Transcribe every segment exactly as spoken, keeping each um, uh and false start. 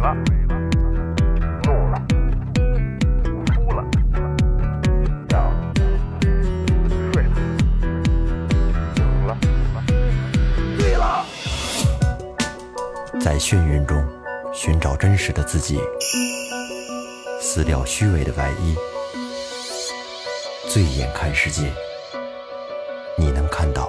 了，怒了，哭了，笑了，睡了，醒了。对了， 在眩晕中寻找真实的自己，撕掉虚伪的外衣，醉眼看世界，你能看到。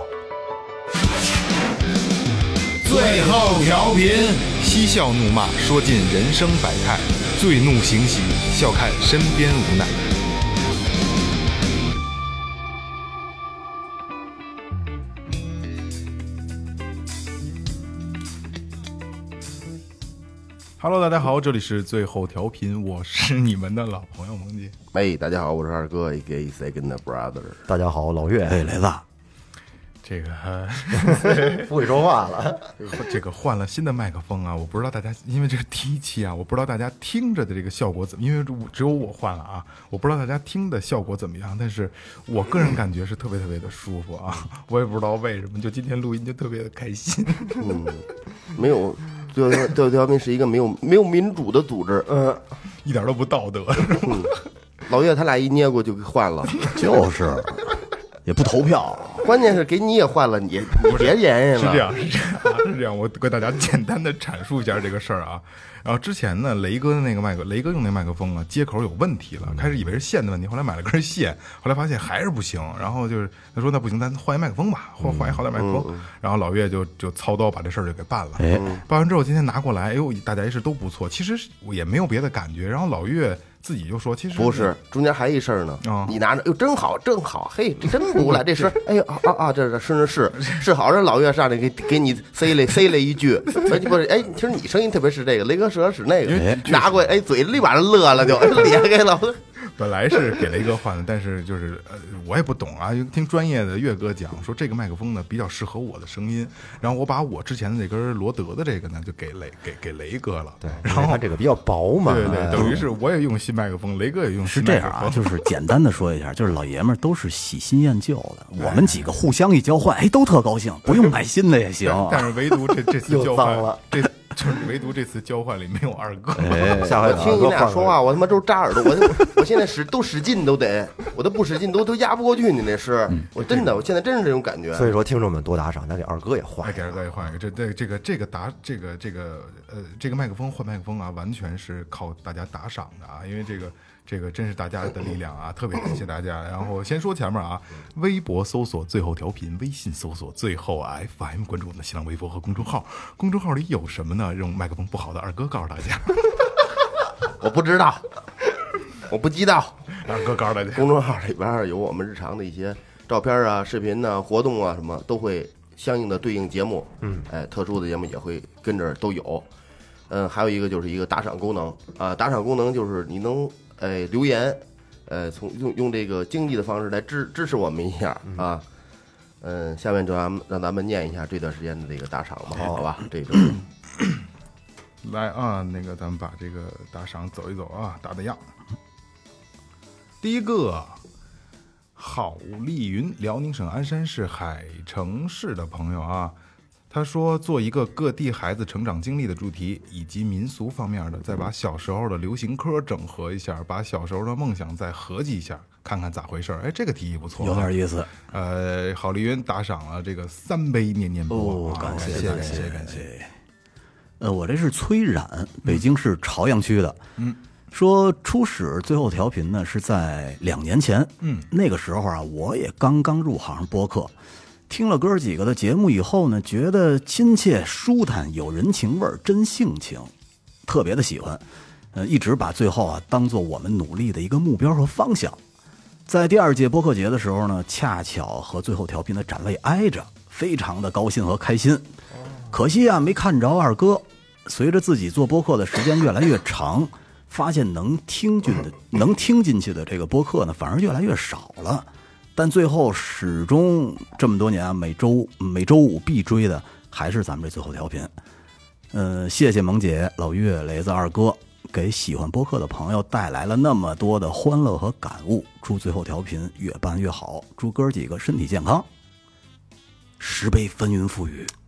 最后调频，嬉笑怒骂，说尽人生百态，醉怒行喜，笑看身边无奈。Hello， 大家好，这里是最后调频，我是你们的老朋友萌姐。 哎，大家好，我是二哥 ，A K A Second Brother。 大家好，老岳。 哎，雷子， 这个不会说话了。 这个换了新的麦克风啊，我不知道大家，因为这是第一期啊，我不知道大家听着的这个效果怎么，因为只有我换了啊，我不知道大家听的效果怎么样，但是我个人感觉是特别特别的舒服啊，我也不知道为什么，就今天录音就特别的开心。 嗯，没有，最后最后调频是一个没有没有民主的组织，嗯， 一点都不道德。 嗯，老岳他俩一捏过就给换了， 就是。也不投票， 关键是给你也换了，你你别言是这样，是这样，是这样。我给大家简单的阐述一下这个事儿啊。然后之前呢，雷哥的那个麦克，雷哥用那麦克风啊，接口有问题了，开始以为是线的问题，后来买了根线，后来发现还是不行。然后就是他说那不行，咱换一麦克风吧，换换一好点麦克风。然后老岳就就操刀把这事儿就给办了。哎，办完之后今天拿过来，哎呦，大家一试都不错，其实我也没有别的感觉。然后老岳自己就说，其实不是，中间还一事儿呢。 哦、 你拿着，哟，真好，真好，嘿，这真不赖，这是，哎呦啊啊啊，这这是是是好，这老岳上来给给你塞了塞了一句，哎不是，哎，其实你声音特别是这个，雷哥适合使那个，拿过来，哎，嘴立马乐了就，咧开了。 本来是给雷哥换的，但是就是呃，我也不懂啊，听专业的岳哥讲说这个麦克风呢比较适合我的声音，然后我把我之前的那根罗德的这个呢就给雷给给雷哥了， 对， 然后它这个比较薄嘛， 对对，等于是我也用新麦克风，雷哥也用新麦克风。 是这样啊，就是简单的说一下，就是老爷们儿都是喜新厌旧的，我们几个互相一交换，哎，都特高兴，不用买新的也行。 但是唯独这这次交换了， 这就是唯独这次交换里没有二哥。 哎， 下回我听你俩说话，我他妈都扎耳朵，我我现在使都使劲都得，我都不使劲都都压不过去你那是，我真的，我现在真是这种感觉。 所以说，听众们多打赏，咱给二哥也换， 哎，给二哥也换一个。这这这个这个打这个这个呃这个麦克风换麦克风啊，完全是靠大家打赏的啊，因为这个。这个真是大家的力量啊，特别感谢大家。然后先说前面啊，微博搜索最后调频，微信搜索最后 F M， 关注我们的新浪微博和公众号。公众号里有什么呢？用麦克风不好的二哥告诉大家。 我不知道，我不知道。 二哥告诉大家， 公众号里边有我们日常的一些照片啊、视频啊、活动啊什么，都会相应的对应节目。嗯，哎，特殊的节目也会跟着都有。嗯，还有一个就是一个打赏功能啊，打赏功能就是你能。哎，留言，呃，从用用这个经济的方式来支支持我们一下啊，嗯，下面就让让咱们念一下这段时间的这个打赏吧，好吧？这周来啊，那个咱们把这个打赏走一走啊，打打样。第一个，郝丽云，辽宁省鞍山市海城市的朋友啊。他说做一个各地孩子成长经历的主题，以及民俗方面的，再把小时候的流行歌整合一下，把小时候的梦想再合计一下，看看咋回事。哎，这个提议不错， 有点意思。 呃，郝丽云打赏了这个三杯念念不忘， 哦，感谢感谢感谢。 呃，我这是崔冉，北京市朝阳区的。 嗯， 说初始最后调频呢是在两年前。 嗯， 那个时候啊，我也刚刚入行播客。听了哥几个的节目以后呢，觉得亲切舒坦，有人情味儿，真性情，特别的喜欢。呃，一直把最后啊当做我们努力的一个目标和方向。在第二届播客节的时候呢，恰巧和最后调频的展位挨着，非常的高兴和开心。可惜啊，没看着二哥。随着自己做播客的时间越来越长，发现能听进的、能听进去的这个播客呢，反而越来越少了。但最后始终这么多年啊，每周每周五必追的还是咱们这最后调频。呃，谢谢萌姐、老岳、雷子、二哥，给喜欢播客的朋友带来了那么多的欢乐和感悟。祝最后调频越办越好，祝哥几个身体健康。十杯纷纭馥郁。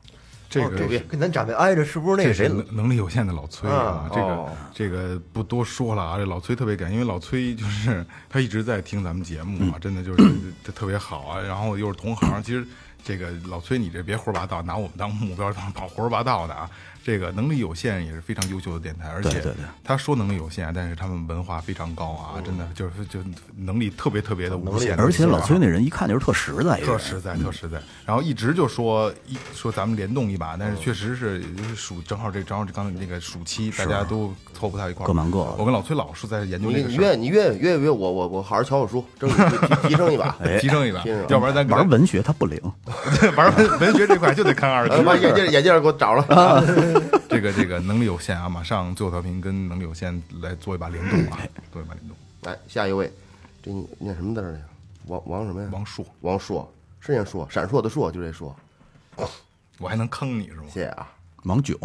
这个这个跟咱长辈挨着，是不是那这个谁？ 是能能力有限的老崔啊，这个、 哦这个不多说了啊。这老崔特别感，因为老崔就是他一直在听咱们节目啊，真的就是他特别好啊。然后又是同行，其实这个老崔你这别胡说八道，拿我们当目标当跑胡说八道的啊。这个能力有限也是非常优秀的电台，而且对对对他说能力有限，但是他们文化非常高啊，真的就是就能力特别特别的无限。 而且老崔那人一看就是特实在一个人， 特实在，特实在。然后一直就说一说咱们联动一把，但是确实是就是暑正好这正好这刚才那个暑期，大家都凑不到一块儿， 各忙各的我跟老崔老是在研究你这个事儿， 你约你约约约我我我好好瞧瞧书，争取提提升一把。 提升一把提升， 要不然咱玩文学他不灵。 玩文文学这块就得看二呃把哥。 眼镜眼镜给我找了。 这个这个能力有限啊，马上最后调频跟能力有限来做一把联动啊，做一把联动。 来下一位，这你念什么字儿来着？王王什么呀？ 王朔， 王朔是念朔，闪烁的烁，就这烁。 我还能坑你是吗？ 谢谢啊， 王炯，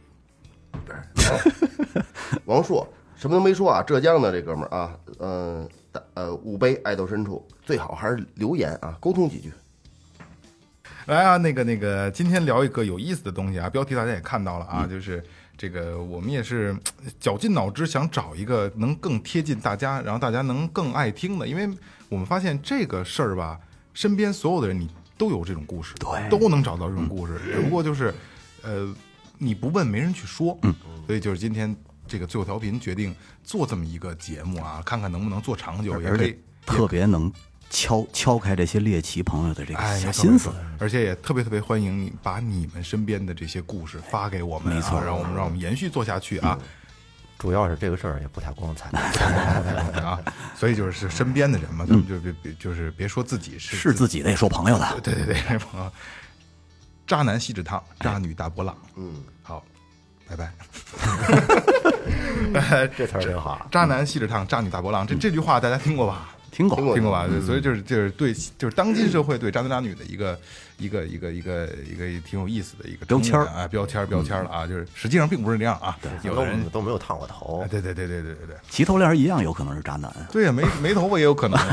王朔什么都没说啊，浙江的这哥们儿啊，嗯呃呃，吾辈爱到深处，最好还是留言啊，沟通几句。 来啊，那个那个，今天聊一个有意思的东西啊，标题大家也看到了啊，就是这个我们也是绞尽脑汁想找一个能更贴近大家，然后大家能更爱听的，因为我们发现这个事儿吧，身边所有的人你都有这种故事，对，都能找到这种故事，只不过就是呃你不问没人去说，嗯，所以就是今天这个最后调频决定做这么一个节目啊，看看能不能做长久，也而且可以。 特别能敲敲开这些猎奇朋友的这个哎， 小心思。 而且也特别特别欢迎你把你们身边的这些故事发给我们、啊， 没错， 让我们让我们延续做下去啊。 主要是这个事儿也不太光彩啊，所以就是身边的人嘛，咱们就别别就是别说自己是是自己的也说朋友的， 对对对，朋友。渣男锡纸烫，渣女大波浪。嗯，好，拜拜。 这词儿真好。 渣男锡纸烫，渣女大波浪，这这句话大家听过吧？ 听过， 听过吧？所以就是就是对，就是当今社会对渣男渣女的一个一个一个一个一个挺有意思的一个标签儿啊，标签儿标签儿了啊，就是实际上并不是这样啊，有的人都没有烫过头哎，对对对对对对对， 齐头链一样有可能是渣男， 对呀，没没头发也有可能。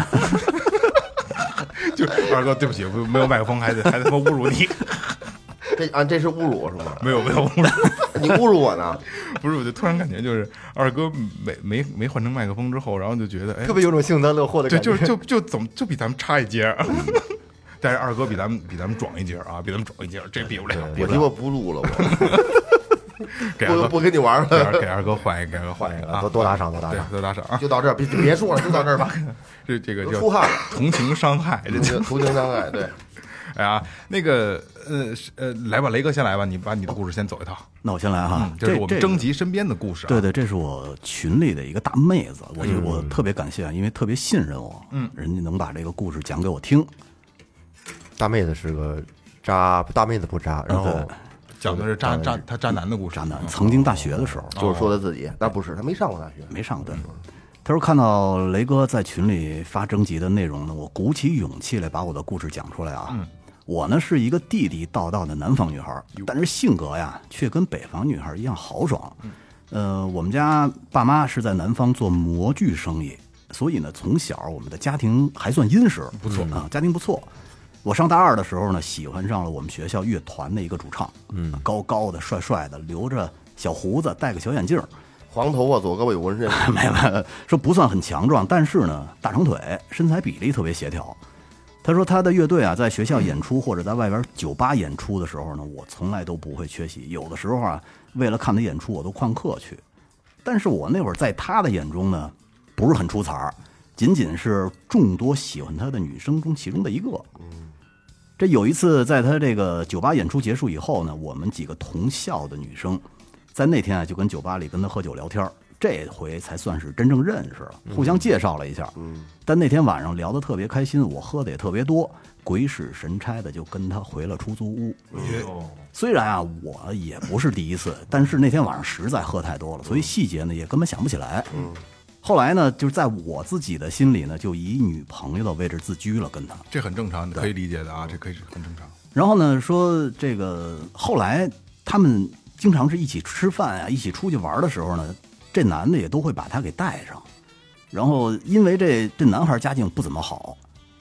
就二哥，对不起，没有麦克风，还得还得他妈侮辱你。 这啊，这是侮辱是吗？ 没有没有侮辱， 你侮辱我呢？ 不是，我就突然感觉就是二哥没没没换成麦克风之后，然后就觉得哎， 特别有种幸灾乐祸的对， 感觉。 就就就怎么就比咱们差一截儿。但是二哥比咱们比咱们壮一截儿啊，比咱们壮一截儿，这比不了。 我鸡巴不录了，我给二哥不不跟你玩给了， 二给二哥换一个，给二哥换一个啊， 多多打赏，多打对赏， 多打赏啊！ 就到这儿，别别说了，就到这儿吧。 这这个叫都出汗了同情伤害，这叫图情伤害，对。 哎呀，那个呃是呃，来吧，雷哥先来吧，你把你的故事先走一套。 那我先来哈， 嗯，这是我们这征集身边的故事啊。 对对，这是我群里的一个大妹子，我就我特别感谢，因为特别信任我，嗯，人家能把这个故事讲给我听。 大妹子是个渣，大妹子不渣，然后讲的是渣渣他渣男的故事。 渣男曾经大学的时候， 就是说他自己，那不是他没上过大学， 没上对。他说看到雷哥在群里发征集的内容呢，我鼓起勇气来把我的故事讲出来啊。嗯，我呢是一个地地道道的南方女孩，但是性格呀却跟北方女孩一样豪爽。呃，我们家爸妈是在南方做模具生意，所以呢从小我们的家庭还算殷实，不错啊，家庭不错。我上大二的时候呢，喜欢上了我们学校乐团的一个主唱，嗯，高高的、帅帅的，留着小胡子，戴个小眼镜。 黄头发，左胳膊有纹身， 没有没有，说不算很强壮，但是呢，大长腿，身材比例特别协调。他说他的乐队啊，在学校演出或者在外边酒吧演出的时候呢，我从来都不会缺席。有的时候啊，为了看他演出，我都旷课去。但是我那会儿在他的眼中呢，不是很出彩儿，仅仅是众多喜欢他的女生中其中的一个。这有一次，在他这个酒吧演出结束以后呢，我们几个同校的女生，在那天啊就跟酒吧里跟他喝酒聊天，这回才算是真正认识了，互相介绍了一下。嗯，但那天晚上聊得特别开心，我喝的也特别多，鬼使神差的就跟他回了出租屋。虽然啊我也不是第一次，但是那天晚上实在喝太多了，所以细节呢也根本想不起来。嗯。后来呢，就是在我自己的心里呢，就以女朋友的位置自居了，跟他这很正常，可以理解的啊，这可以是很正常。 然后呢，说这个后来他们经常是一起吃饭啊，一起出去玩的时候呢，这男的也都会把他给带上。然后因为这这男孩家境不怎么好，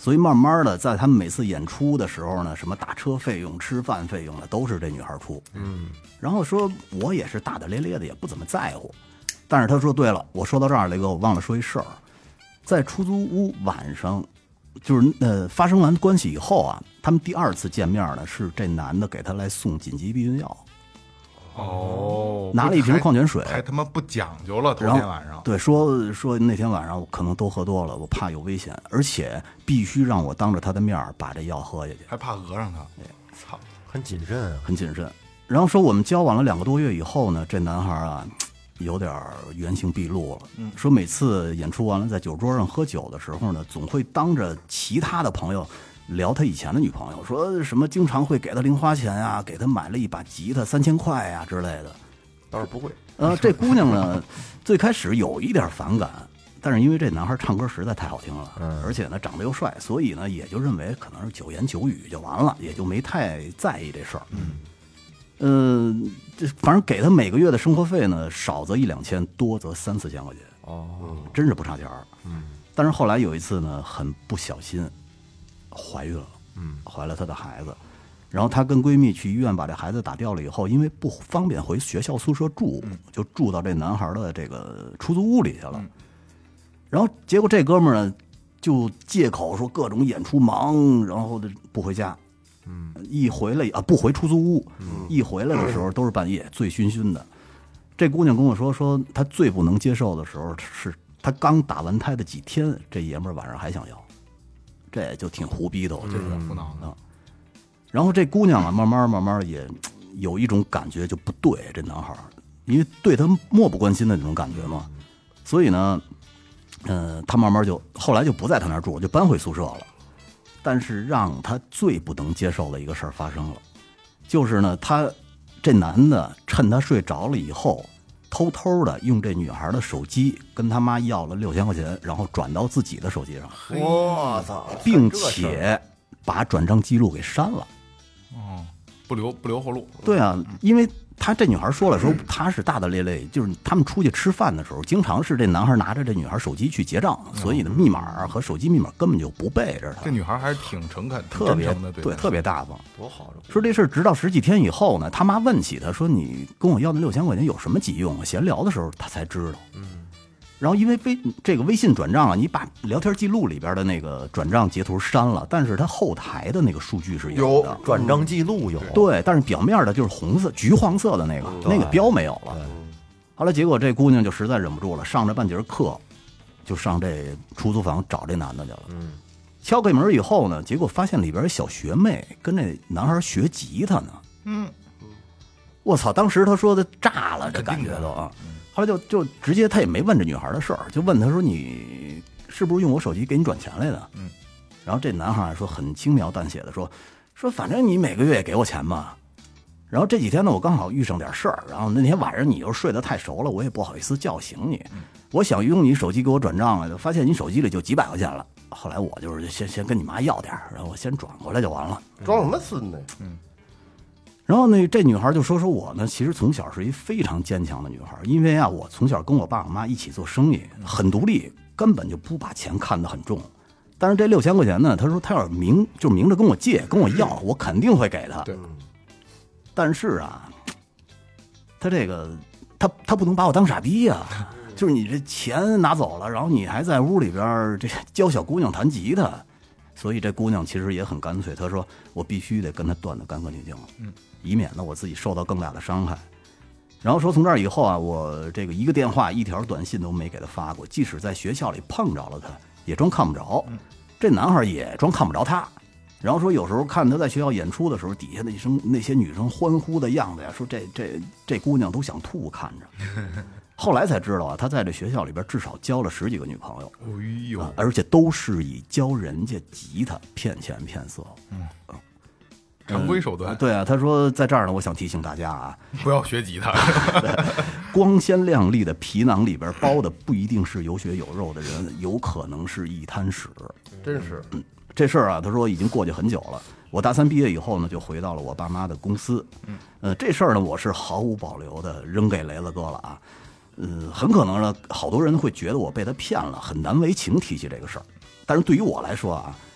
所以慢慢的，在他们每次演出的时候呢，什么打车费用、吃饭费用呢，都是这女孩出。嗯，然后说我也是大大咧咧的，也不怎么在乎。但是他说，对了，我说到这儿了一个，我忘了说一事儿，在出租屋晚上，就是呃发生完关系以后啊，他们第二次见面呢，是这男的给他来送紧急避孕药。 哦， 拿了一瓶矿泉水， 还他妈不讲究了。头然后天晚上， 对，说说那天晚上我可能都喝多了，我怕有危险，而且必须让我当着他的面把这药喝下去， 还怕讹上他。操， 很谨慎啊。 很谨慎。然后说我们交往了两个多月以后呢，这男孩啊有点原形毕露了。嗯，说每次演出完了，在酒桌上喝酒的时候呢，总会当着其他的朋友聊他以前的女朋友，说什么经常会给他零花钱啊，给他买了一把吉他三千块啊之类的。 倒是不会。 呃，这姑娘呢，最开始有一点反感，但是因为这男孩唱歌实在太好听了，嗯，而且呢长得又帅，所以呢也就认为可能是九言九语就完了，也就没太在意这事儿。嗯，呃，这反正给他每个月的生活费呢，少则一两千，多则三四千块钱。哦，真是不差钱儿。嗯，但是后来有一次呢，很不小心怀孕了，嗯，怀了她的孩子。然后她跟闺蜜去医院把这孩子打掉了以后，因为不方便回学校宿舍住，就住到这男孩的这个出租屋里去了。然后结果这哥们儿呢，就借口说各种演出忙，然后不回家。嗯，一回来啊不回出租屋，一回来的时候都是半夜，醉醺醺的。这姑娘跟我说，说她最不能接受的时候是她刚打完胎的几天，这爷们儿晚上还想要，这就挺胡逼的，我觉得胡闹的。 然后这姑娘啊，慢慢慢慢也有一种感觉就不对，这男孩，因为对她漠不关心的那种感觉嘛，所以呢，呃，她慢慢就后来就不在他那儿住，就搬回宿舍了。但是让她最不能接受的一个事儿发生了，就是呢，他这男的趁她睡着了以后，偷偷的用这女孩的手机跟他妈要了六千块钱，然后转到自己的手机上， 我操， 并且把转账记录给删了。 哦，不留不留后路。 对啊，因为他这女孩说了，说他是大大咧咧，就是他们出去吃饭的时候，经常是这男孩拿着这女孩手机去结账，所以呢，密码和手机密码根本就不背着他。 这女孩还是挺诚恳、 特别的， 对，特别大方， 多好。 说这事儿直到十几天以后呢，他妈问起他说：“你跟我要那六千块钱有什么急用啊？”闲聊的时候他才知道。嗯。然后因为微这个微信转账啊，你把聊天记录里边的那个转账截图删了，但是它后台的那个数据是有的， 转账记录有。 对，但是表面的就是红色、橘黄色的那个，那个标没有了。后来结果这姑娘就实在忍不住了，上着半节课，就上这出租房找这男的去了。嗯，敲开门以后呢，结果发现里边小学妹跟这男孩学吉他呢。嗯，我操！当时他说的炸了，这感觉都啊。后来就就直接他也没问这女孩的事儿，就问他说：“你是不是用我手机给你转钱来的？”嗯，然后这男孩说很轻描淡写的说：“说反正你每个月也给我钱嘛。”然后这几天呢，我刚好遇上点事儿，然后那天晚上你又睡得太熟了，我也不好意思叫醒你。我想用你手机给我转账来的，发现你手机里就几百块钱了。后来我就是先先跟你妈要点，然后我先转过来就完了。 装什么孙子？嗯。 然后呢，这女孩就说说我呢，其实从小是一非常坚强的女孩，因为啊，我从小跟我爸我妈一起做生意，很独立，根本就不把钱看得很重。但是这六千块钱呢，她说她要是明就明着跟我借，跟我要，我肯定会给她。 对。 但是啊，她这个，她她不能把我当傻逼呀、啊，就是你这钱拿走了，然后你还在屋里边这教小姑娘弹吉他，所以这姑娘其实也很干脆，她说我必须得跟她断得干干净净，嗯。以免呢我自己受到更大的伤害。然后说从这儿以后啊，我这个一个电话一条短信都没给他发过，即使在学校里碰着了他也装看不着，这男孩也装看不着他。然后说有时候看他在学校演出的时候，底下那声那些女生欢呼的样子呀，说这这这姑娘都想吐看着。后来才知道啊，他在这学校里边至少交了十几个女朋友， 哎呦、 啊，而且都是以教人家吉他骗钱骗色。嗯。 常规手段、 嗯，对啊，他说在这儿呢，我想提醒大家啊， 不要学吉他。 光鲜亮丽的皮囊里边包的不一定是有血有肉的人，有可能是一滩屎。 真是， 嗯，这事儿啊，他说已经过去很久了。我大三毕业以后呢，就回到了我爸妈的公司。嗯，呃，这事儿呢，我是毫无保留的扔给雷子哥了啊。嗯、呃，很可能呢，好多人会觉得我被他骗了，很难为情提起这个事儿。但是对于我来说啊。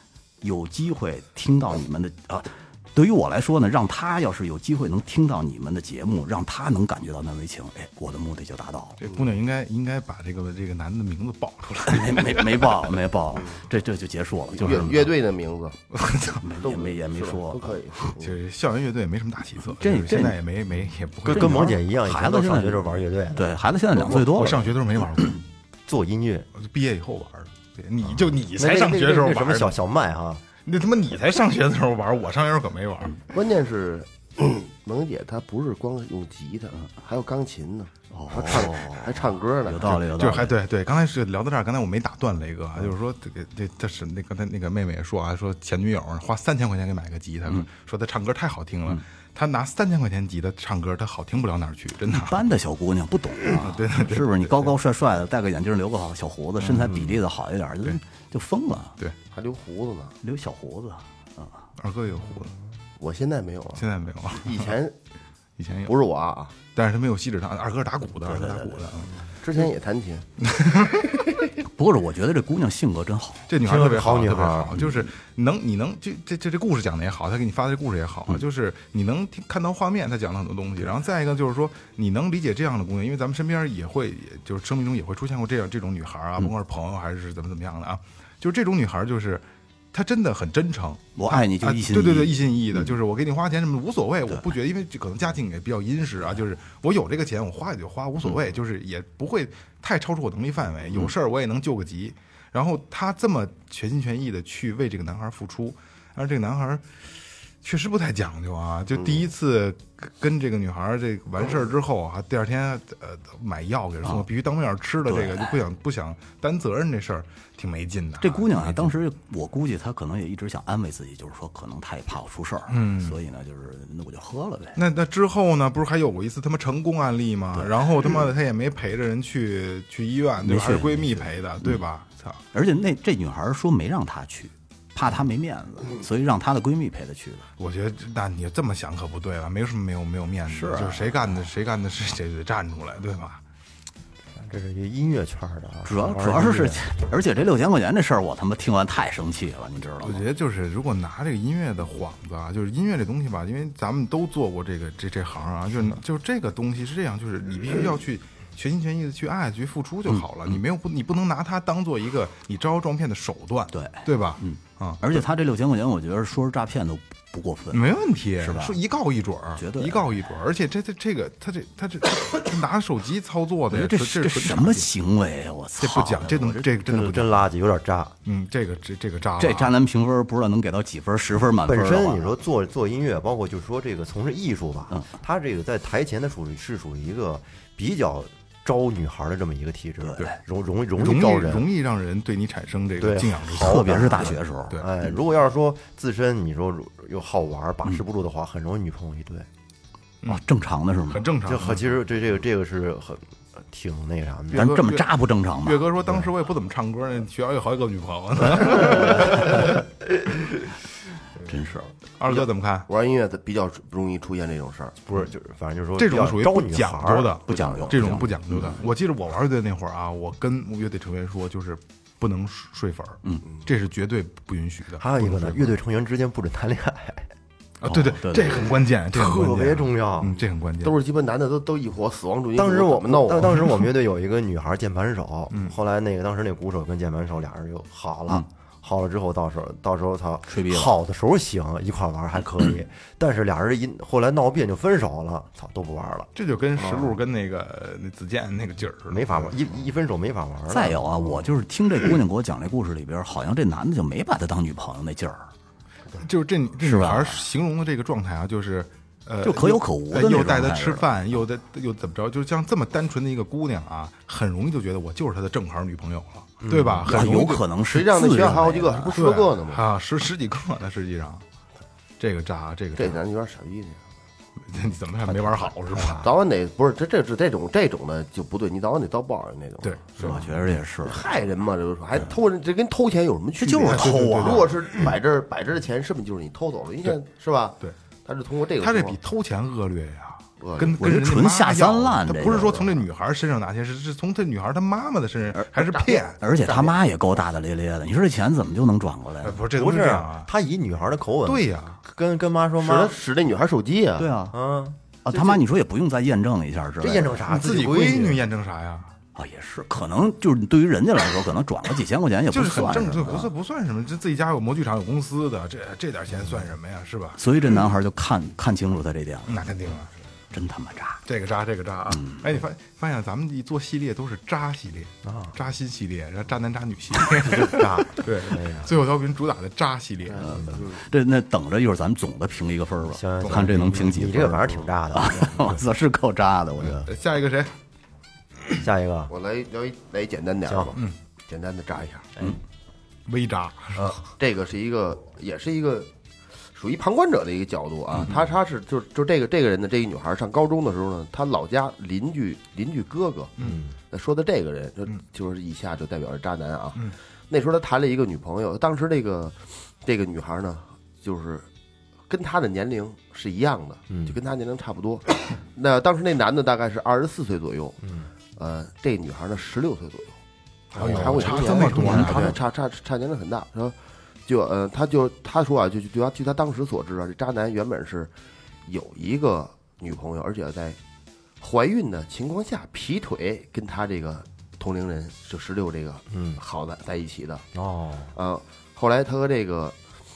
有机会听到你们的啊。对于我来说呢，让他要是有机会能听到你们的节目，让他能感觉到难为情，哎，我的目的就达到了。 这姑娘应该应该把这个这个男的名字报出来。 没没没报没报，这这就结束了，就是乐乐队的名字没也没也没说都可以。 其实校园乐队没什么大起色， 这这就是现在也没没也不会跟跟萌姐一样，以孩子现在前都上学就玩乐队， 对孩子现在两岁多了， 我上学的时候没玩过， 做音乐。 我毕业以后玩的。对，你就你才上学的时候玩的那什么小小麦哈， 那他妈你才上学的时候玩，我上学时候可没玩。 关键是萌姐她不是光用吉他，还有钢琴呢，还唱还唱歌呢， 有道理有就是道理。 还对对，刚才是聊到这儿，刚才我没打断雷哥啊，就是说这个这这是那刚才那个妹妹也说啊，说前女友花三千块钱给买个吉他，说她唱歌太好听了，她拿三千块钱吉他唱歌，她好听不了哪儿去，真的。 一般的小姑娘不懂啊， 对对对是不是？你高高帅帅的，戴个眼镜，留个好小胡子，身材比例的好一点，就就疯了。 对， 还留胡子呢。 留小胡子啊， 二哥有胡子， 我现在没有了， 现在没有， 以前以前有， 不是我啊， 但是他没有锡纸唱。二哥是打鼓的，二哥打鼓的。 之前也弹琴。 不过我觉得这姑娘性格真好， 这女孩特别好， 好女孩特别好，就是能你能这这这这故事讲的也好，他给你发的这故事也好，就是你能听看到画面，他讲了很多东西。然后再一个就是说，你能理解这样的姑娘，因为咱们身边也会，也就是生命中也会出现过这样这种女孩啊，甭管是朋友还是怎么怎么样的啊，就是这种女孩就是。她真的很真诚， 我爱你就一心一意， 对对对，一心一意的，就是我给你花钱什么无所谓，我不觉得，因为可能家境也比较殷实啊，就是我有这个钱我花也就花无所谓，就是也不会太超出我能力范围，有事儿我也能救个急。然后她这么全心全意的去为这个男孩付出，而这个男孩确实不太讲究啊，就第一次跟这个女孩这个完事儿之后啊，第二天呃买药给人送，必须当面吃了这个，就不想不想担责任这事儿。挺没劲的。 这姑娘啊，当时我估计她可能也一直想安慰自己，就是说可能她也怕我出事儿，嗯，所以呢，就是那我就喝了呗。 那那之后呢，不是还有过一次他妈成功案例吗？然后他妈的她也没陪着人去去医院，对吧？还是闺蜜陪的，对吧？操！ 而且那这女孩说没让她去，怕她没面子，所以让她的闺蜜陪她去的。 我觉得那你这么想可不对了，没有什么没有没有面子， 是啊、 就是谁干的谁干的事谁得站出来，对吧？ 这是一个音乐圈的啊， 主要主要是，而且这六千块钱这事儿，我他妈听完太生气了，你知道吗？ 我觉得就是如果拿这个音乐的幌子啊，就是音乐这东西吧，因为咱们都做过这个这这行啊，就是就是这个东西是这样，就是你必须要去全心全意的去爱去付出就好了，嗯、你没有不你不能拿它当做一个你招摇撞骗的手段， 对对吧？ 嗯啊， 而且他这六千块钱，我觉得说是诈骗都不过分， 没问题， 是吧？ 说一告一准儿， 绝对一告一准儿。而且这这这个他这他这他拿手机操作的， 这这这什么行为啊！我操， 这不讲，这东这个真的不真垃圾，有点渣。 嗯，这个这这个渣， 这渣男评分不知道能给到几分，十分满分。 本身你说做做音乐，包括就是说这个从事艺术吧， 嗯， 他这个在台前的属于是属于一个比较招女孩的这么一个体质， 对， 容容易容易招人， 容易让人对你产生这个敬仰之情， 特别是大学时候。 对， 哎，如果要是说自身你说又好玩把持不住的话，很容易女朋友一堆。 啊，正常的是吗？ 很正常。 这和其实这这个这个是很挺那个啥的。 咱这么渣不正常吗？ 岳哥说当时我也不怎么唱歌，学校有好几个女朋友呢。 真是。 二哥怎么看？ 玩音乐比较容易出现这种事儿， 不是就是反正就是说这种属于不讲究的， 不讲究， 这种不讲究的。我记得我玩乐队那会儿啊，我跟乐队成员说，就是不能睡粉儿，嗯，这是绝对不允许的。 还有一个呢，乐队成员之间不准谈恋爱。 啊，对对，这很关键，这特别重要， 嗯，这很关键。 都是基本男的都都一伙死亡主义。 当时我们闹， 当当时我们乐队有一个女孩键盘手，后来那个当时那鼓手跟键盘手俩人就好了。好了之后，到时候到时候他吹逼了， 好的时候行，一块玩还可以，但是俩人一后来闹别扭分手了，操，都不玩了。 这就跟石路跟那个那子健那个劲儿似的， 没法玩，一一分手没法玩。 再有啊，我就是听这姑娘给我讲这故事里边，好像这男的就没把她当女朋友那劲儿， 就是这这女孩形容的这个状态啊，就是。呃， 就可有可无的， 又带她吃饭，又的又怎么着？就是像这么单纯的一个姑娘啊，很容易就觉得我就是她的正牌女朋友了，嗯、对吧？很有可能是这样的学校还有好几个，不十个呢吗？ 啊，十十几个呢，实际上，这个渣，这个这咱有点傻逼呢。 你怎么还没玩好是吧？ 早晚得不是这这这这种这种的就不对，你早晚得遭报应那种。 对， 是我觉得也是害人嘛，这个说还偷人，这跟偷钱有什么区别？ 就是偷啊！ 如果是摆这摆这的钱，是不是就是你偷走了？你看是吧？ 对。 他是通过这个， 他这比偷钱恶劣呀！ 恶劣跟跟人家纯妈要下三滥他这个不是说从这女孩身上拿钱，是是从这女孩她妈妈的身上，还是骗？ 而且他妈也够大大咧咧的，你说这钱怎么就能转过来哎， 呢？ 不是这不是东西这样啊？ 他以女孩的口吻， 对呀， 跟跟妈说使他妈， 使那女孩手机啊， 对啊， 嗯， 啊，他妈你说也不用再验证一下之类的， 这验证啥？ 你自己闺女验证啥呀？ 啊，也是，可能就是对于人家来说，可能转个几千块钱也不就是很算正常， 什么啊不算不算什么。这自己家有模具厂有公司的，这这点钱算什么呀？是吧？ 所以这男孩就看看清楚他这点了， 那肯定啊， 真他妈渣。 这个渣这个渣啊！哎，你发发现咱们一做系列都是渣系列啊，渣心系列，然后渣男渣女系列， 渣， 对，最后调频主打的渣系列， 这那等着一会儿咱们总的评一个分儿吧， 行行行看这能评几分。 你这个反正挺渣的。 我操，是够渣的，我觉得。 呃下一个谁？ 下一个， 我来聊一来一简单点儿吧，嗯，简单的扎一下，嗯， 微渣， 呃，这个是一个，也是一个属于旁观者的一个角度啊。他他是就就这个这个人呢，这个女孩上高中的时候呢，她老家邻居邻居哥哥，嗯，说的这个人就就是以下就代表着渣男啊。那时候他谈了一个女朋友，当时这个这个女孩呢，就是跟他的年龄是一样的，就跟他年龄差不多。那当时那男的大概是二十四岁左右，嗯，呃，这女孩呢十六岁左右。 哎呦差过差这么多呢对，差差差年龄很大。然后就呃，他就他说啊，就就他据他当时所知啊，这渣男原本是有一个女朋友，而且在怀孕的情况下劈腿，跟他这个同龄人就十六这个嗯好的在一起的。 哦， 呃，后来他和这个。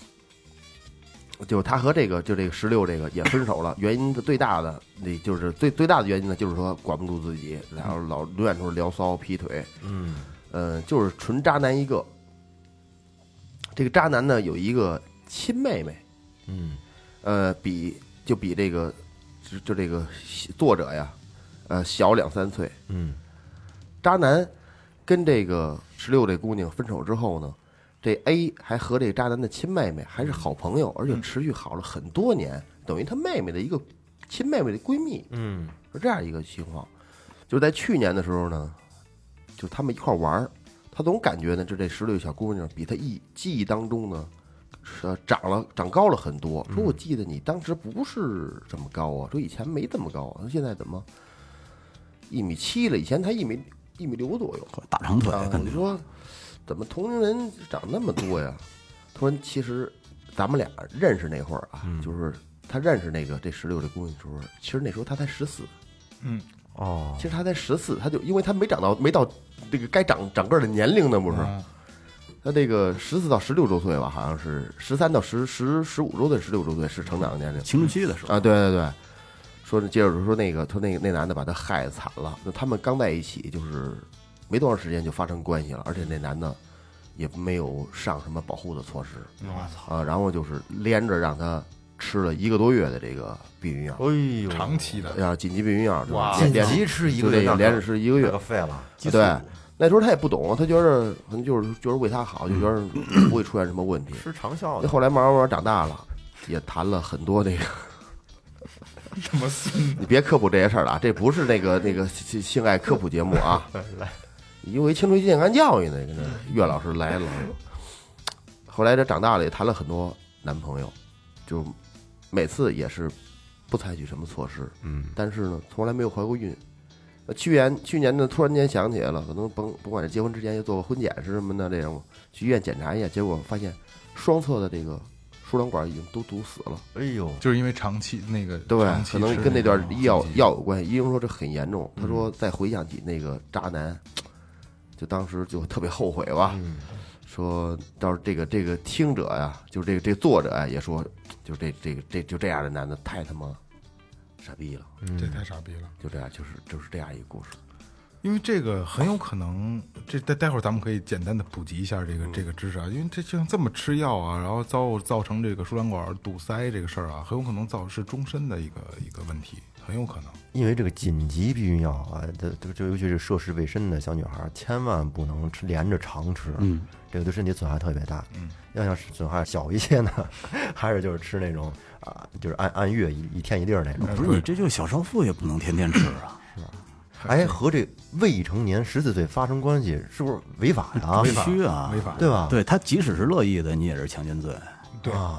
就他和这个就这个十六这个也分手了，原因的最大的那就是最最大的原因呢，就是说管不住自己，然后老永远都是聊骚劈腿，嗯，呃，就是纯渣男一个。这个渣男呢有一个亲妹妹，嗯，呃，比就比这个就就这个作者呀，呃，小两三岁，嗯，渣男跟这个十六这姑娘分手之后呢。这 A 还和这渣男的亲妹妹还是好朋友，而且持续好了很多年，等于他妹妹的一个亲妹妹的闺蜜，嗯，是这样一个情况。就在去年的时候呢，就他们一块玩，他总感觉呢，就这十六小姑娘比他忆记忆当中呢，是长了长高了很多。说我记得你当时不是这么高啊，说以前没这么高啊，现在怎么一米七了？以前才一米一米六左右， 大长腿， 啊、你说。怎么同龄人长那么多呀？他说：“其实咱们俩认识那会儿啊，嗯、就是他认识那个这十六这姑娘的时候，其实那时候他才十四。嗯，哦，其实他才十四，他就因为他没长到没到这个该长长个儿的年龄呢，不是？嗯、他这个十四到十六周岁吧，好像是十三到十十十五周岁，十六周岁是成长的年龄， 青春期的时候啊，对对对。说接着说那个，他那个那男的把他害惨了。那他们刚在一起就是。”没多长时间就发生关系了，而且那男的也没有上什么保护的措施，我操啊！然后就是连着让他吃了一个多月的这个避孕药， 哎呦， 长期的呀，紧急避孕药， 哇，紧急吃一个月， 连着吃一个月， 废了。 对，那时候他也不懂，他觉得可能就是就是为他好，就觉得不会出现什么问题， 吃长效的。 后来慢慢慢慢长大了，也谈了很多那个。 什么孙？ 你别科普这些事儿了啊！这不是那个那个性性爱科普节目啊。 来。 因为青春期健康教育呢，跟这岳老师来了。后来这长大了也谈了很多男朋友，就每次也是不采取什么措施，嗯，但是呢，从来没有怀过孕。去年去年呢，突然间想起来了，可能甭甭管是结婚之前也做过婚检是什么的，这种去医院检查一下，结果发现双侧的这个输卵管已经都堵死了。 哎呦， 就是因为长期那个对，可能跟那段药药有关系。医生说这很严重， 嗯、 他说再回想起那个渣男。就当时就特别后悔吧，嗯、说到这个这个听者呀，就这个这个作者呀，也说，就这这个这就这样的男的太他妈傻逼了， 嗯、这太傻逼了， 就这样，就是就是这样一个故事。 因为这个很有可能，这待待会儿咱们可以简单的普及一下这个、嗯、这个知识啊，因为这像这么吃药啊，然后造造成这个输卵管堵塞这个事儿啊，很有可能造是终身的一个一个问题。很有可能， 因为这个紧急避孕药啊，这这尤其是涉世未深的小女孩，千万不能吃连着常吃，嗯，这个对身体损害特别大。嗯，要想损害小一些呢，还是就是吃那种啊，就是按按月一一天一粒儿那种。 不是你这就小少妇也不能天天吃啊，是吧？ 哎，和这未成年十四岁发生关系是不是违法呀？ 必须啊， 违法， 对吧？ 对他即使是乐意的，你也是强奸罪。 对啊，对。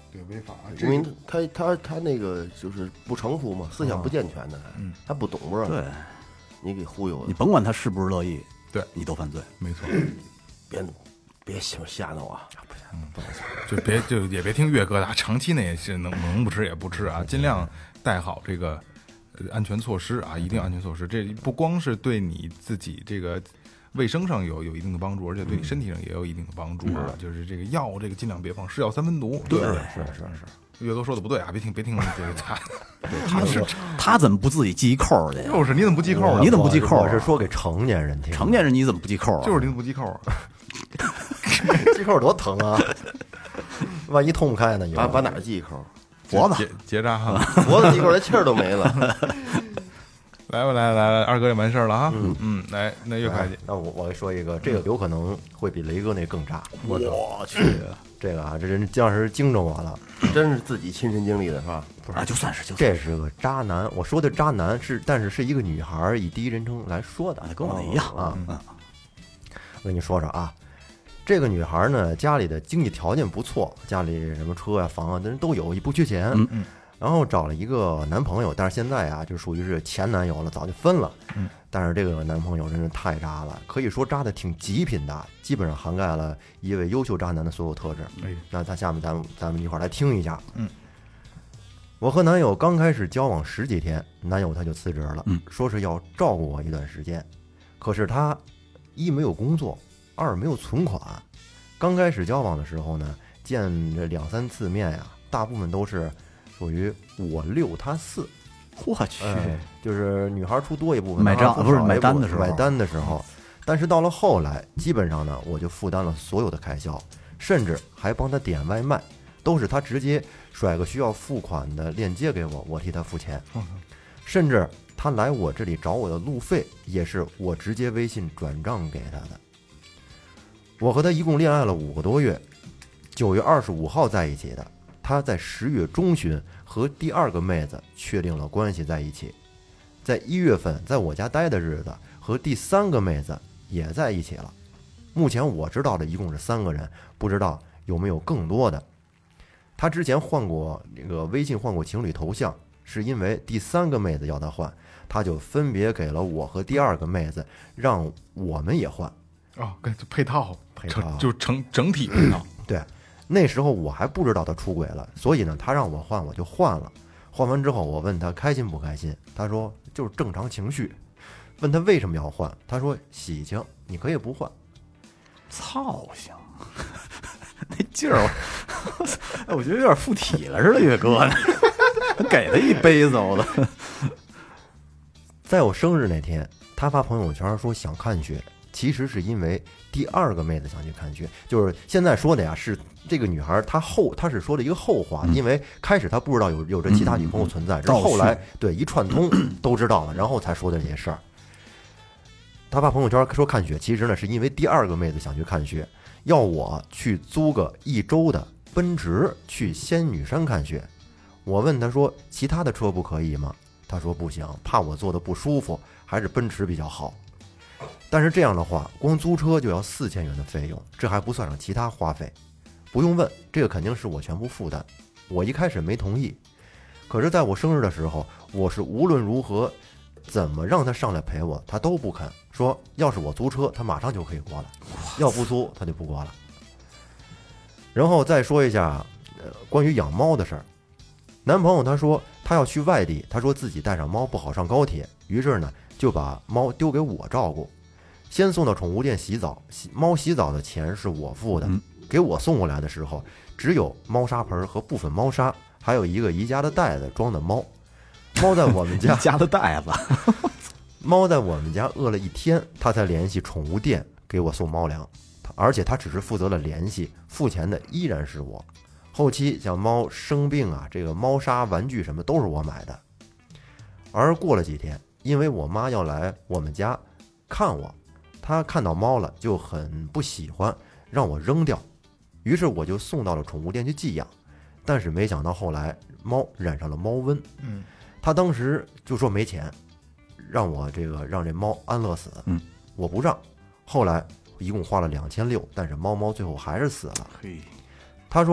对违法，这因为他他他那个就是不成熟嘛，思想不健全的， 嗯他不懂不知道， 对， 你给忽悠你了， 甭管他是不是乐意， 对你都犯罪。 没错， 别别瞎吓唬我， 就别就也别听越疙瘩，长期呢也是能能不吃也不吃啊，尽量带好这个呃安全措施啊，一定安全措施。这不光是对你自己这个卫生上有有一定的帮助，而且对你身体上也有一定的帮助啊。就是这个药，这个尽量别放，是药三分毒。 对， 是是是。 岳哥说的不对啊，别听别听这个他， 他是他怎么不自己系扣去？ 就是你怎么不系扣啊？ 你怎么不系扣啊我是说给成年人听， 成年人你怎么不系扣啊？ 就是你怎么不系扣啊？ 系扣多疼啊！万一痛不开呢？以后把把哪儿系一口？ 脖子结结扎哈。 脖子系扣，连气儿都没了。 来吧，来来来，二哥也完事儿了哈。嗯嗯，来，那岳会计， 那我我说一个，这个有可能会比雷哥那更炸。我我去， 这个啊，这人当时惊着我了。 真是自己亲身经历的是吧？ 啊，就算是就算这是个渣男，我说的渣男是，但是是一个女孩以第一人称来说的， 跟我那一样啊。 嗯我跟你说说啊，这个女孩呢，家里的经济条件不错，家里什么车呀、房啊，人都有，也不缺钱。 嗯嗯。 然后找了一个男朋友，但是现在啊，就属于是前男友了，早就分了。 嗯。 但是这个男朋友真是太渣了，可以说渣的挺极品的，基本上涵盖了一位优秀渣男的所有特质。 哎， 那咱下面咱们咱们一块儿来听一下。 嗯。 我和男友刚开始交往十几天，男友他就辞职了， 嗯， 说是要照顾我一段时间。可是他一没有工作，二没有存款。刚开始交往的时候呢，见这两三次面呀，大部分都是属于我六他四。 我去， 哎，就是女孩出多一部分， 买账不是男孩出少一部分买单的时候买单的时候。但是到了后来，基本上呢，我就负担了所有的开销，甚至还帮他点外卖，都是他直接甩个需要付款的链接给我，我替他付钱。甚至他来我这里找我的路费，也是我直接微信转账给他的。我和他一共恋爱了五个多月，九月二十五号在一起的。他在十月中旬和第二个妹子确定了关系在一起，在一月份在我家待的日子和第三个妹子也在一起了。目前我知道的一共是三个人，不知道有没有更多的。他之前换过这个微信，换过情侣头像，是因为第三个妹子要他换，他就分别给了我和第二个妹子，让我们也换。 哦，跟配套， 配套成就成整体配套。 对，那时候我还不知道他出轨了，所以呢，他让我换，我就换了。换完之后，我问他开心不开心，他说就是正常情绪。问他为什么要换，他说喜庆，你可以不换。 操性，那劲儿，我我觉得有点附体了似的，岳哥，给他一杯子，我都。 在我生日那天，他发朋友圈说想看雪，其实是因为第二个妹子想去看雪，就是现在说的呀，是这个女孩她后她是说的一个后话，因为开始她不知道有有这其他女朋友存在，然后后来对一串通都知道了，然后才说的这些事儿。他发朋友圈说看雪，其实呢是因为第二个妹子想去看雪，要我去租个一周的奔驰去仙女山看雪。我问他说其他的车不可以吗？他说不行，怕我坐的不舒服，还是奔驰比较好。但是这样的话，光租车就要四千元的费用，这还不算上其他花费。不用问，这个肯定是我全部负担。我一开始没同意，可是在我生日的时候，我是无论如何怎么让他上来陪我，他都不肯，说要是我租车，他马上就可以过来，要不租他就不过来。然后再说一下，呃，关于养猫的事儿。男朋友他说他要去外地，他说自己带上猫不好上高铁，于是呢就把猫丢给我照顾。先送到宠物店洗澡，洗猫洗澡的钱是我付的。给我送过来的时候，只有猫砂盆和部分猫砂，还有一个宜家的袋子装的猫。猫在我们家家的袋子， 猫在我们家饿了一天，他才联系宠物店给我送猫粮，而且他只是负责了联系，付钱的依然是我。后期像猫生病啊，这个猫砂、玩具什么都是我买的。而过了几天，因为我妈要来我们家看我，她看到猫了就很不喜欢，让我扔掉，于是我就送到了宠物店去寄养。但是没想到后来猫染上了猫瘟， 嗯， 他当时就说没钱，让我这个让这猫安乐死， 嗯， 我不让。后来一共花了两千六，但是猫猫最后还是死了。 嘿， 他说